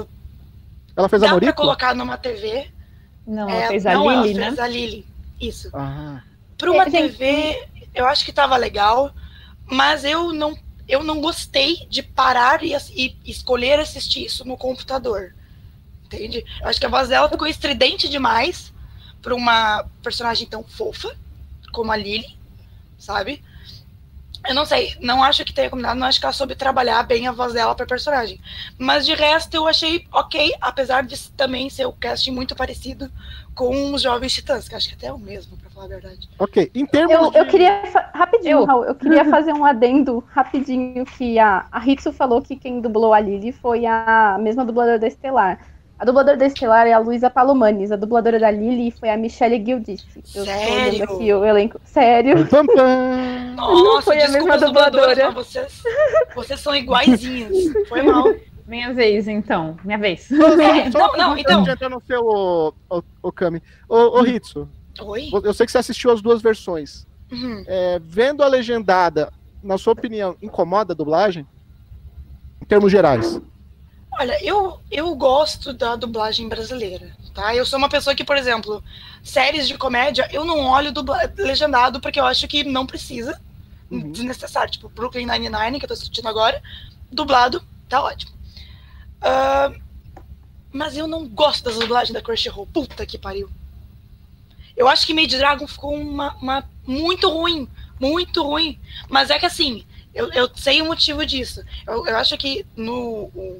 Ela fez a dá pra Moriko? colocar numa T V. Não, É, ela fez a não, ela Lily, né? fez a Lily. Isso. Ah, Pra uma É, gente, T V, eu acho que tava legal, mas eu não, eu não gostei de parar e, ass- e escolher assistir isso no computador. Entende? Eu acho que a voz dela ficou estridente demais pra uma personagem tão fofa como a Lily, sabe? Eu não sei, não acho que tenha combinado, não acho que ela soube trabalhar bem a voz dela pra personagem. Mas de resto eu achei ok, apesar de também ser o casting muito parecido com os Jovens Titãs, que acho que até é o mesmo, pra falar a verdade. ok. Em termos Eu, de... eu queria. fa- Rapidinho, Eu. Raul, eu queria fazer um adendo rapidinho que a, a Hitsu falou que quem dublou a Lily foi a mesma dubladora da Estelar. A dubladora da Estelar é a Luísa Palomanes, a dubladora da Lily foi a Michelle Guildice. Eu tô Sério? olhando aqui o elenco. Sério. Pam, pam. Nossa, foi a desculpa mesma as dubladoras, dubladora. mas vocês, vocês são iguaizinhas. Foi mal. Minha vez, então. Minha vez. É, Só não, uma não, pergunta então. antes de entrar no seu, ô, ô, ô, Kami. Ô, ô, Hitsu, Oi? eu sei que você assistiu as duas versões. Uhum. É, vendo a legendada, na sua opinião, incomoda a dublagem? Em termos gerais. Olha, eu, eu gosto da dublagem brasileira, tá? Eu sou uma pessoa que, por exemplo, séries de comédia, eu não olho dubla- legendado porque eu acho que não precisa, Uhum. desnecessário. Tipo, Brooklyn Nine-Nine, que eu tô assistindo agora, dublado, tá ótimo. Ah, mas eu não gosto das dublagens da Crunchyroll, puta que pariu. Eu acho que Maid Dragon ficou uma, uma muito ruim, muito ruim. Mas é que assim, eu, eu sei o motivo disso. Eu, eu acho que no... o-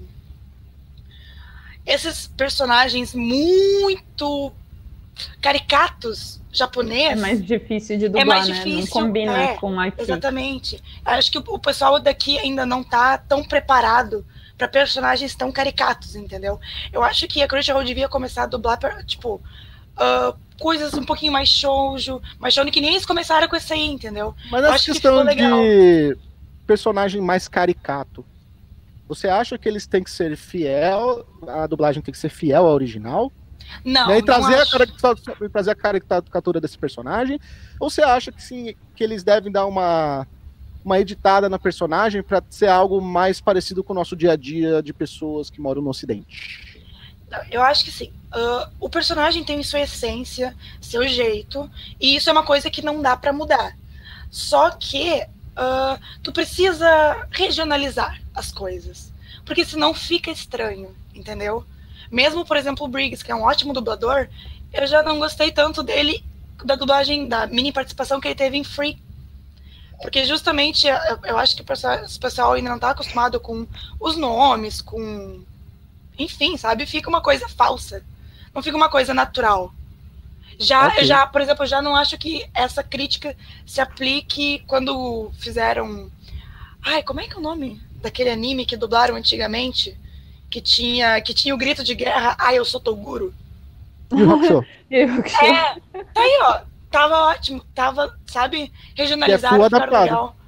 esses personagens muito caricatos É japoneses. mais difícil de dublar, mais né? difícil, Não combina é, com aqui. Exatamente. Acho que o, o pessoal daqui ainda não tá tão preparado para personagens tão caricatos, entendeu? Eu acho que a Crunchyroll devia começar a dublar, pra, tipo, ah, coisas um pouquinho mais shoujo, mais shoujo, que nem eles começaram com esse aí, entendeu? Mas Eu nessa acho que questão ficou legal. de personagem mais caricato, você acha que eles têm que ser fiel, a dublagem tem que ser fiel ao original? Não, Né, e não trazer a, acho. caricatura, e trazer a caricatura desse personagem? Ou você acha que sim, que eles devem dar uma, uma editada na personagem para ser algo mais parecido com o nosso dia a dia de pessoas que moram no Ocidente? Eu acho que sim. Ah, o personagem tem sua essência, seu jeito, e isso é uma coisa que não dá pra mudar. Só que ah, tu precisa regionalizar as coisas, porque senão fica estranho, entendeu? Mesmo, por exemplo, o Briggs, que é um ótimo dublador, eu já não gostei tanto dele, da dublagem, da mini participação que ele teve em Free. Porque justamente, eu, eu acho que o pessoal, o pessoal ainda não tá acostumado com os nomes, com... Enfim, sabe? Fica uma coisa falsa. Não fica uma coisa natural. Já, Ok. eu já, por exemplo, eu já não acho que essa crítica se aplique quando fizeram... Ai, como é que é o nome daquele anime que dublaram antigamente? Que tinha, que tinha o grito de guerra, ai, eu sou Toguro. E o Hakusho? Eu que É, tá aí, ó. Tava ótimo. Tava, sabe, regionalizado, full ficaram adaptado. legal.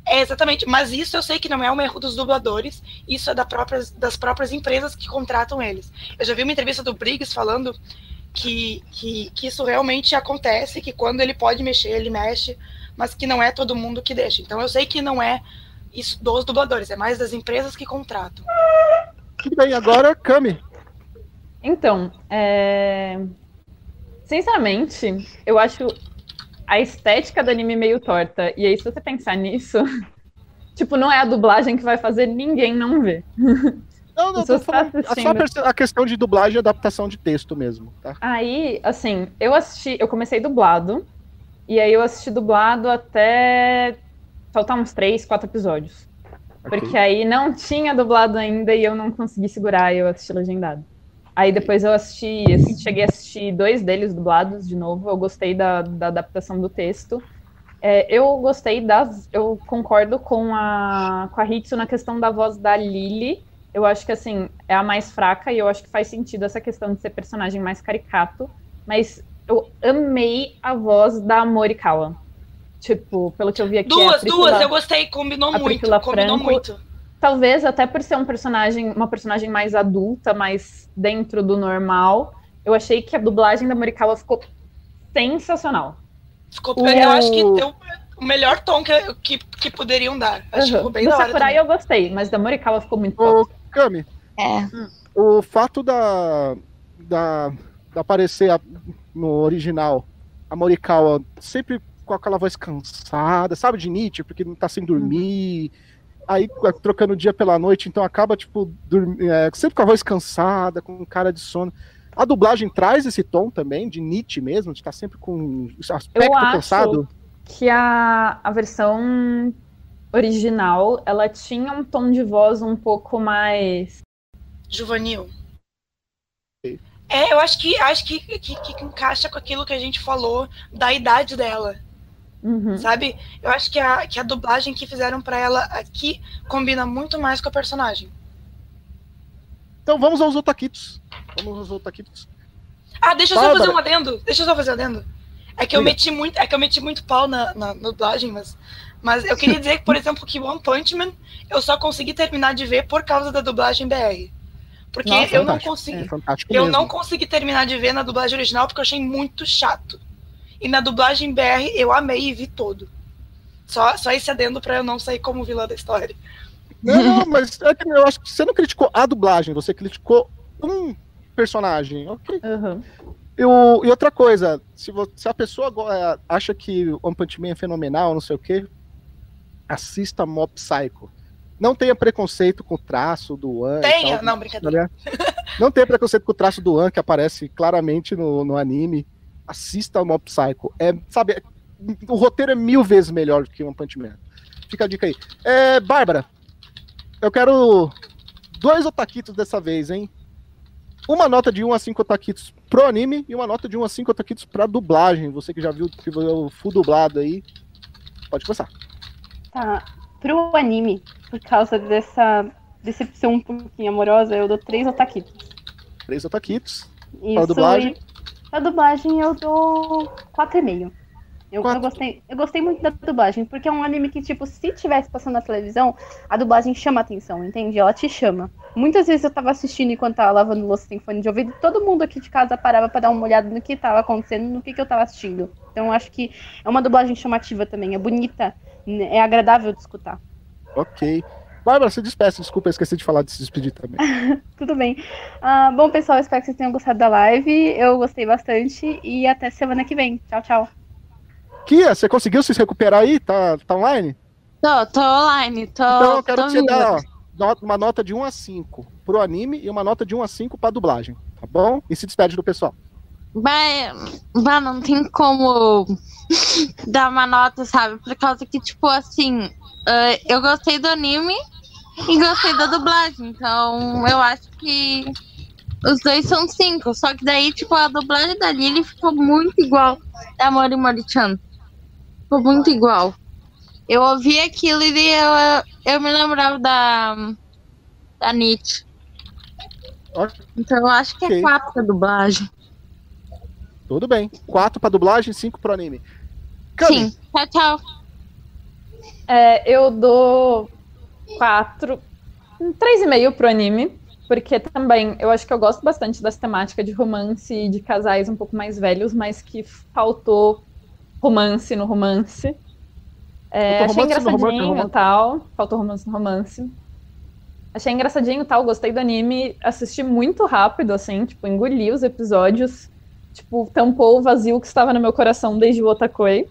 É, exatamente. Mas isso eu sei que não é um erro dos dubladores, isso é da próprias, das próprias empresas que contratam eles. Eu já vi uma entrevista do Briggs falando que, que, que isso realmente acontece, que quando ele pode mexer, ele mexe, mas que não é todo mundo que deixa. Então eu sei que não é isso dos dubladores, é mais das empresas que contratam. Tudo bem, agora, Cami. Então, é... sinceramente, eu acho a estética do anime meio torta. E aí, se você pensar nisso, tipo, não é a dublagem que vai fazer ninguém não ver. Não, não, tô falando só a questão de dublagem e adaptação de texto mesmo, tá? Aí, assim, eu assisti, eu comecei dublado, e aí eu assisti dublado até faltar uns três, quatro episódios. Okay. Porque aí não tinha dublado ainda e eu não consegui segurar, e eu assisti legendado. Aí depois eu assisti, cheguei a assistir dois deles dublados de novo, eu gostei da, da adaptação do texto. É, eu gostei das... Eu concordo com a, com a Hitsu na questão da voz da Lily. Eu acho que, assim, é a mais fraca e eu acho que faz sentido essa questão de ser personagem mais caricato. Mas eu amei a voz da Morikawa. Tipo, pelo que eu vi aqui... Duas, é Priscila, duas, eu gostei, combinou muito, combinou Franco, muito. Talvez até por ser um personagem, uma personagem mais adulta, mais dentro do normal, eu achei que a dublagem da Morikawa ficou sensacional. Ficou, o... Eu acho que deu o melhor tom que, que, que poderiam dar. Acho uhum. que ficou bem do da hora Sakurai também. Eu gostei, mas da Morikawa ficou muito Ô, Cami, é. o fato da, da, da aparecer a, no original a Morikawa sempre com aquela voz cansada, sabe, de Nietzsche, porque não tá sem dormir... Uhum. Aí, trocando o dia pela noite, então acaba, tipo, dormir, é, sempre com a voz cansada, com cara de sono. A dublagem traz esse tom também, de Nietzsche mesmo, de estar sempre com aspecto Eu acho cansado? Que a, a versão original, ela tinha um tom de voz um pouco mais... juvenil. Okay. É, eu acho que, acho que, que, que encaixa com aquilo que a gente falou da idade dela. Uhum. Sabe? Eu acho que a, que a dublagem que fizeram pra ela aqui combina muito mais com a personagem. Então vamos aos otaquitos. Vamos aos otaquitos. Ah, deixa eu Bárbara. só fazer um adendo. Deixa eu só fazer um adendo. É que eu meti muito, é que eu meti muito pau na, na, na dublagem, mas, mas eu queria dizer que, por exemplo, que One Punch Man eu só consegui terminar de ver por causa da dublagem B R. Porque Nossa, eu não consegui. É eu mesmo. não consegui terminar de ver na dublagem original porque eu achei muito chato. E na dublagem B R eu amei e vi todo. Só, só esse adendo pra eu não sair como vilã da história. Não, não, mas é que eu acho que você não criticou a dublagem, você criticou um personagem. Ok. Uhum. Eu, e outra coisa, se, você, se a pessoa agora acha que o One Punch Man é fenomenal, não sei o quê, assista Mob Psycho. Não tenha preconceito com o traço do An. Tenha, tal, não, brincadeira. Não tenha preconceito com o traço do An, que aparece claramente no, no anime. Assista o Mob Psycho. É, sabe, o roteiro é mil vezes melhor do que One Punch Man. Fica a dica aí. É, Bárbara, eu quero dois otaquitos dessa vez, hein? Uma nota de um a cinco otaquitos pro anime e uma nota de um a cinco otaquitos pra dublagem. Você que já viu que o full dublado aí, pode começar. Tá, pro anime, por causa dessa decepção um pouquinho amorosa, eu dou três otaquitos. Três otaquitos. Isso, pra dublagem? E... A dublagem eu dou quatro e meio. Eu, eu, gostei, eu gostei muito da dublagem, porque é um anime que, tipo, se tivesse passando na televisão, a dublagem chama a atenção, entende? Ela te chama. Muitas vezes eu tava assistindo enquanto tava lavando louça sem fone de ouvido, e todo mundo aqui de casa parava pra dar uma olhada no que tava acontecendo, no que, que eu tava assistindo. Então eu acho que é uma dublagem chamativa também, é bonita, é agradável de escutar. Ok. Bárbara, se despeça, desculpa, eu esqueci de falar de se despedir também. Tudo bem. Uh, bom, pessoal, espero que vocês tenham gostado da live. Eu gostei bastante e até semana que vem. Tchau, tchau. Kia, você conseguiu se recuperar aí? Tá, tá online? Tô, tô online. Tô, então eu quero tô que você dar ó, uma nota de um a cinco pro anime e uma nota de um a cinco pra dublagem, tá bom? E se despede do pessoal. Mas, mas não tem como dar uma nota, sabe? Por causa que, tipo, assim, uh, eu gostei do anime e gostei da dublagem, então eu acho que os dois são cinco, só que daí, tipo, a dublagem da Lily ficou muito igual da Mori Mori-chan. Ficou muito igual. Eu ouvi aquilo e eu, eu me lembrava da, da Nietzsche. Okay. Então eu acho que é quatro pra dublagem. Tudo bem. quatro pra dublagem, cinco pro anime. Cami. Sim. Tchau, tchau. É, eu dou quatro, três e meio pro anime, porque também eu acho que eu gosto bastante dessa temática de romance e de casais um pouco mais velhos, mas que faltou romance no romance. É, achei romance no romance, engraçadinho romance. e tal, faltou romance no romance. Achei engraçadinho e tal, gostei do anime, assisti muito rápido, assim, tipo, engoli os episódios, tipo, tampou o vazio que estava no meu coração desde o Otakoi.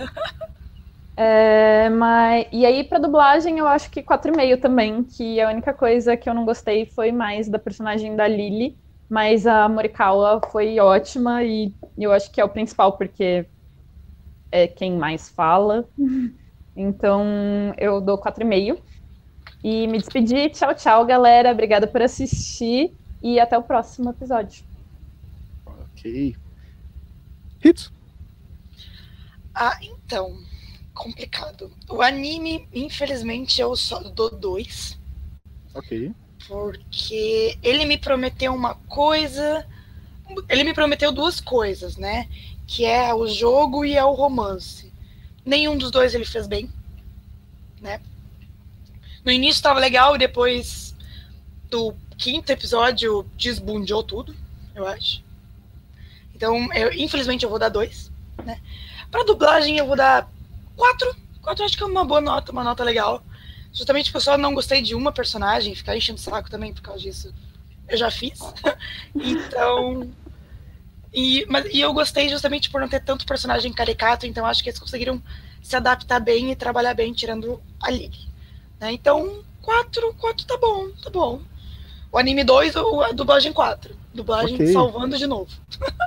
É, mas... E aí, pra dublagem, eu acho que quatro e meio também, que a única coisa que eu não gostei foi mais da personagem da Lily, mas a Morikawa foi ótima e eu acho que é o principal, porque é quem mais fala. Então, eu dou quatro e meio. E me despedi. Tchau, tchau, galera. Obrigada por assistir e até o próximo episódio. Ok. Hits? Ah, então... complicado. O anime, infelizmente, eu só dou dois. Ok. Porque ele me prometeu uma coisa... Ele me prometeu duas coisas, né? Que é o jogo e é o romance. Nenhum dos dois ele fez bem, né? No início tava legal e depois do quinto episódio desbundou tudo, eu acho. Então, eu, infelizmente, eu vou dar dois, né? Pra dublagem eu vou dar quatro. Quatro acho que é uma boa nota, uma nota legal. Justamente porque eu só não gostei de uma personagem, ficar enchendo o saco também por causa disso. Eu já fiz. Então... E, mas, e eu gostei justamente por não ter tanto personagem caricato, então acho que eles conseguiram se adaptar bem e trabalhar bem, tirando a Lily. Né? Então, quatro, quatro tá bom, tá bom. O anime dois, ou a dublagem quatro. Dublagem Ok. salvando de novo.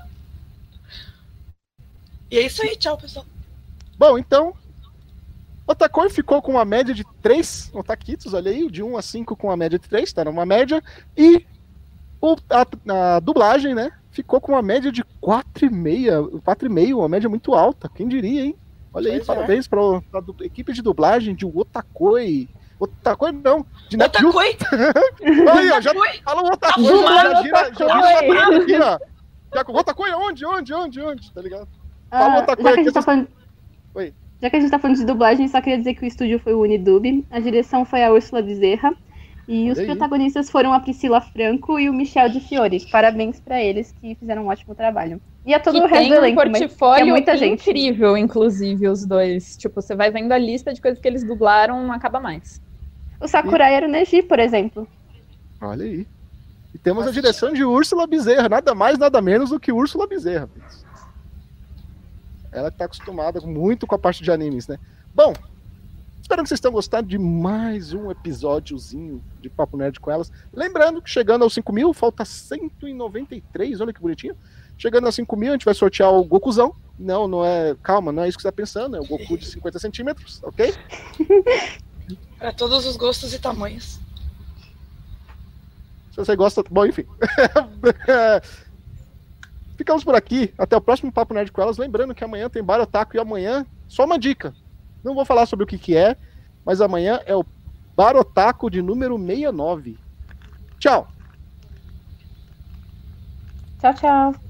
E é isso aí, tchau, pessoal. Bom, então, o Otakoi ficou com uma média de três Otakitos, olha aí, de um a cinco com a média de três, tá numa média, e o, a, a dublagem, né, ficou com uma média de quatro e meio, quatro e meio, uma média muito alta, quem diria, hein? Olha aí, Pois é. parabéns para a equipe de dublagem de Otakoi. Otakoi não, de Neptune. Otakoi! Aí, ó, já Otakoi! falou Otakoi, Tá já, já voando, gira, já gira Otakoi. essa aqui, ó. Já, Otakoi onde, onde, onde, onde, tá ligado? Fala Ah, outra já, coisa que a gente aqui, tá essas- falando... Oi. já que a gente tá falando de dublagem, só queria dizer que o estúdio foi o Unidub, a direção foi a Úrsula Bezerra, e Olha os aí. protagonistas foram a Priscila Franco e o Michel de Fiore. Parabéns pra eles que fizeram um ótimo trabalho. E a todo Que o resto tem do um elenco, mas que é portfólio muita gente. incrível, inclusive, os dois. Tipo, você vai vendo a lista de coisas que eles dublaram, não acaba mais. O Sakurai era o Neji, por exemplo. Olha aí. E temos a Nossa, direção de Úrsula Bezerra, nada mais, nada menos do que Úrsula Bezerra. Ela que tá acostumada muito com a parte de animes, né? Bom, espero que vocês tenham gostado de mais um episódiozinho de Papo Nerd com elas. Lembrando que chegando aos cinco mil, falta cento e noventa e três, olha que bonitinho. Chegando aos cinco mil, a gente vai sortear o Gokuzão. Não, não é. Calma, não é isso que você tá pensando, é o Goku de cinquenta centímetros, ok? Para todos os gostos e tamanhos. Se você gosta. Bom, enfim. Ficamos por aqui. Até o próximo Papo Nerd com elas. Lembrando que amanhã tem Barotaku e amanhã, só uma dica. Não vou falar sobre o que, que é, mas amanhã é o Barotaku de número sessenta e nove. Tchau! Tchau, tchau.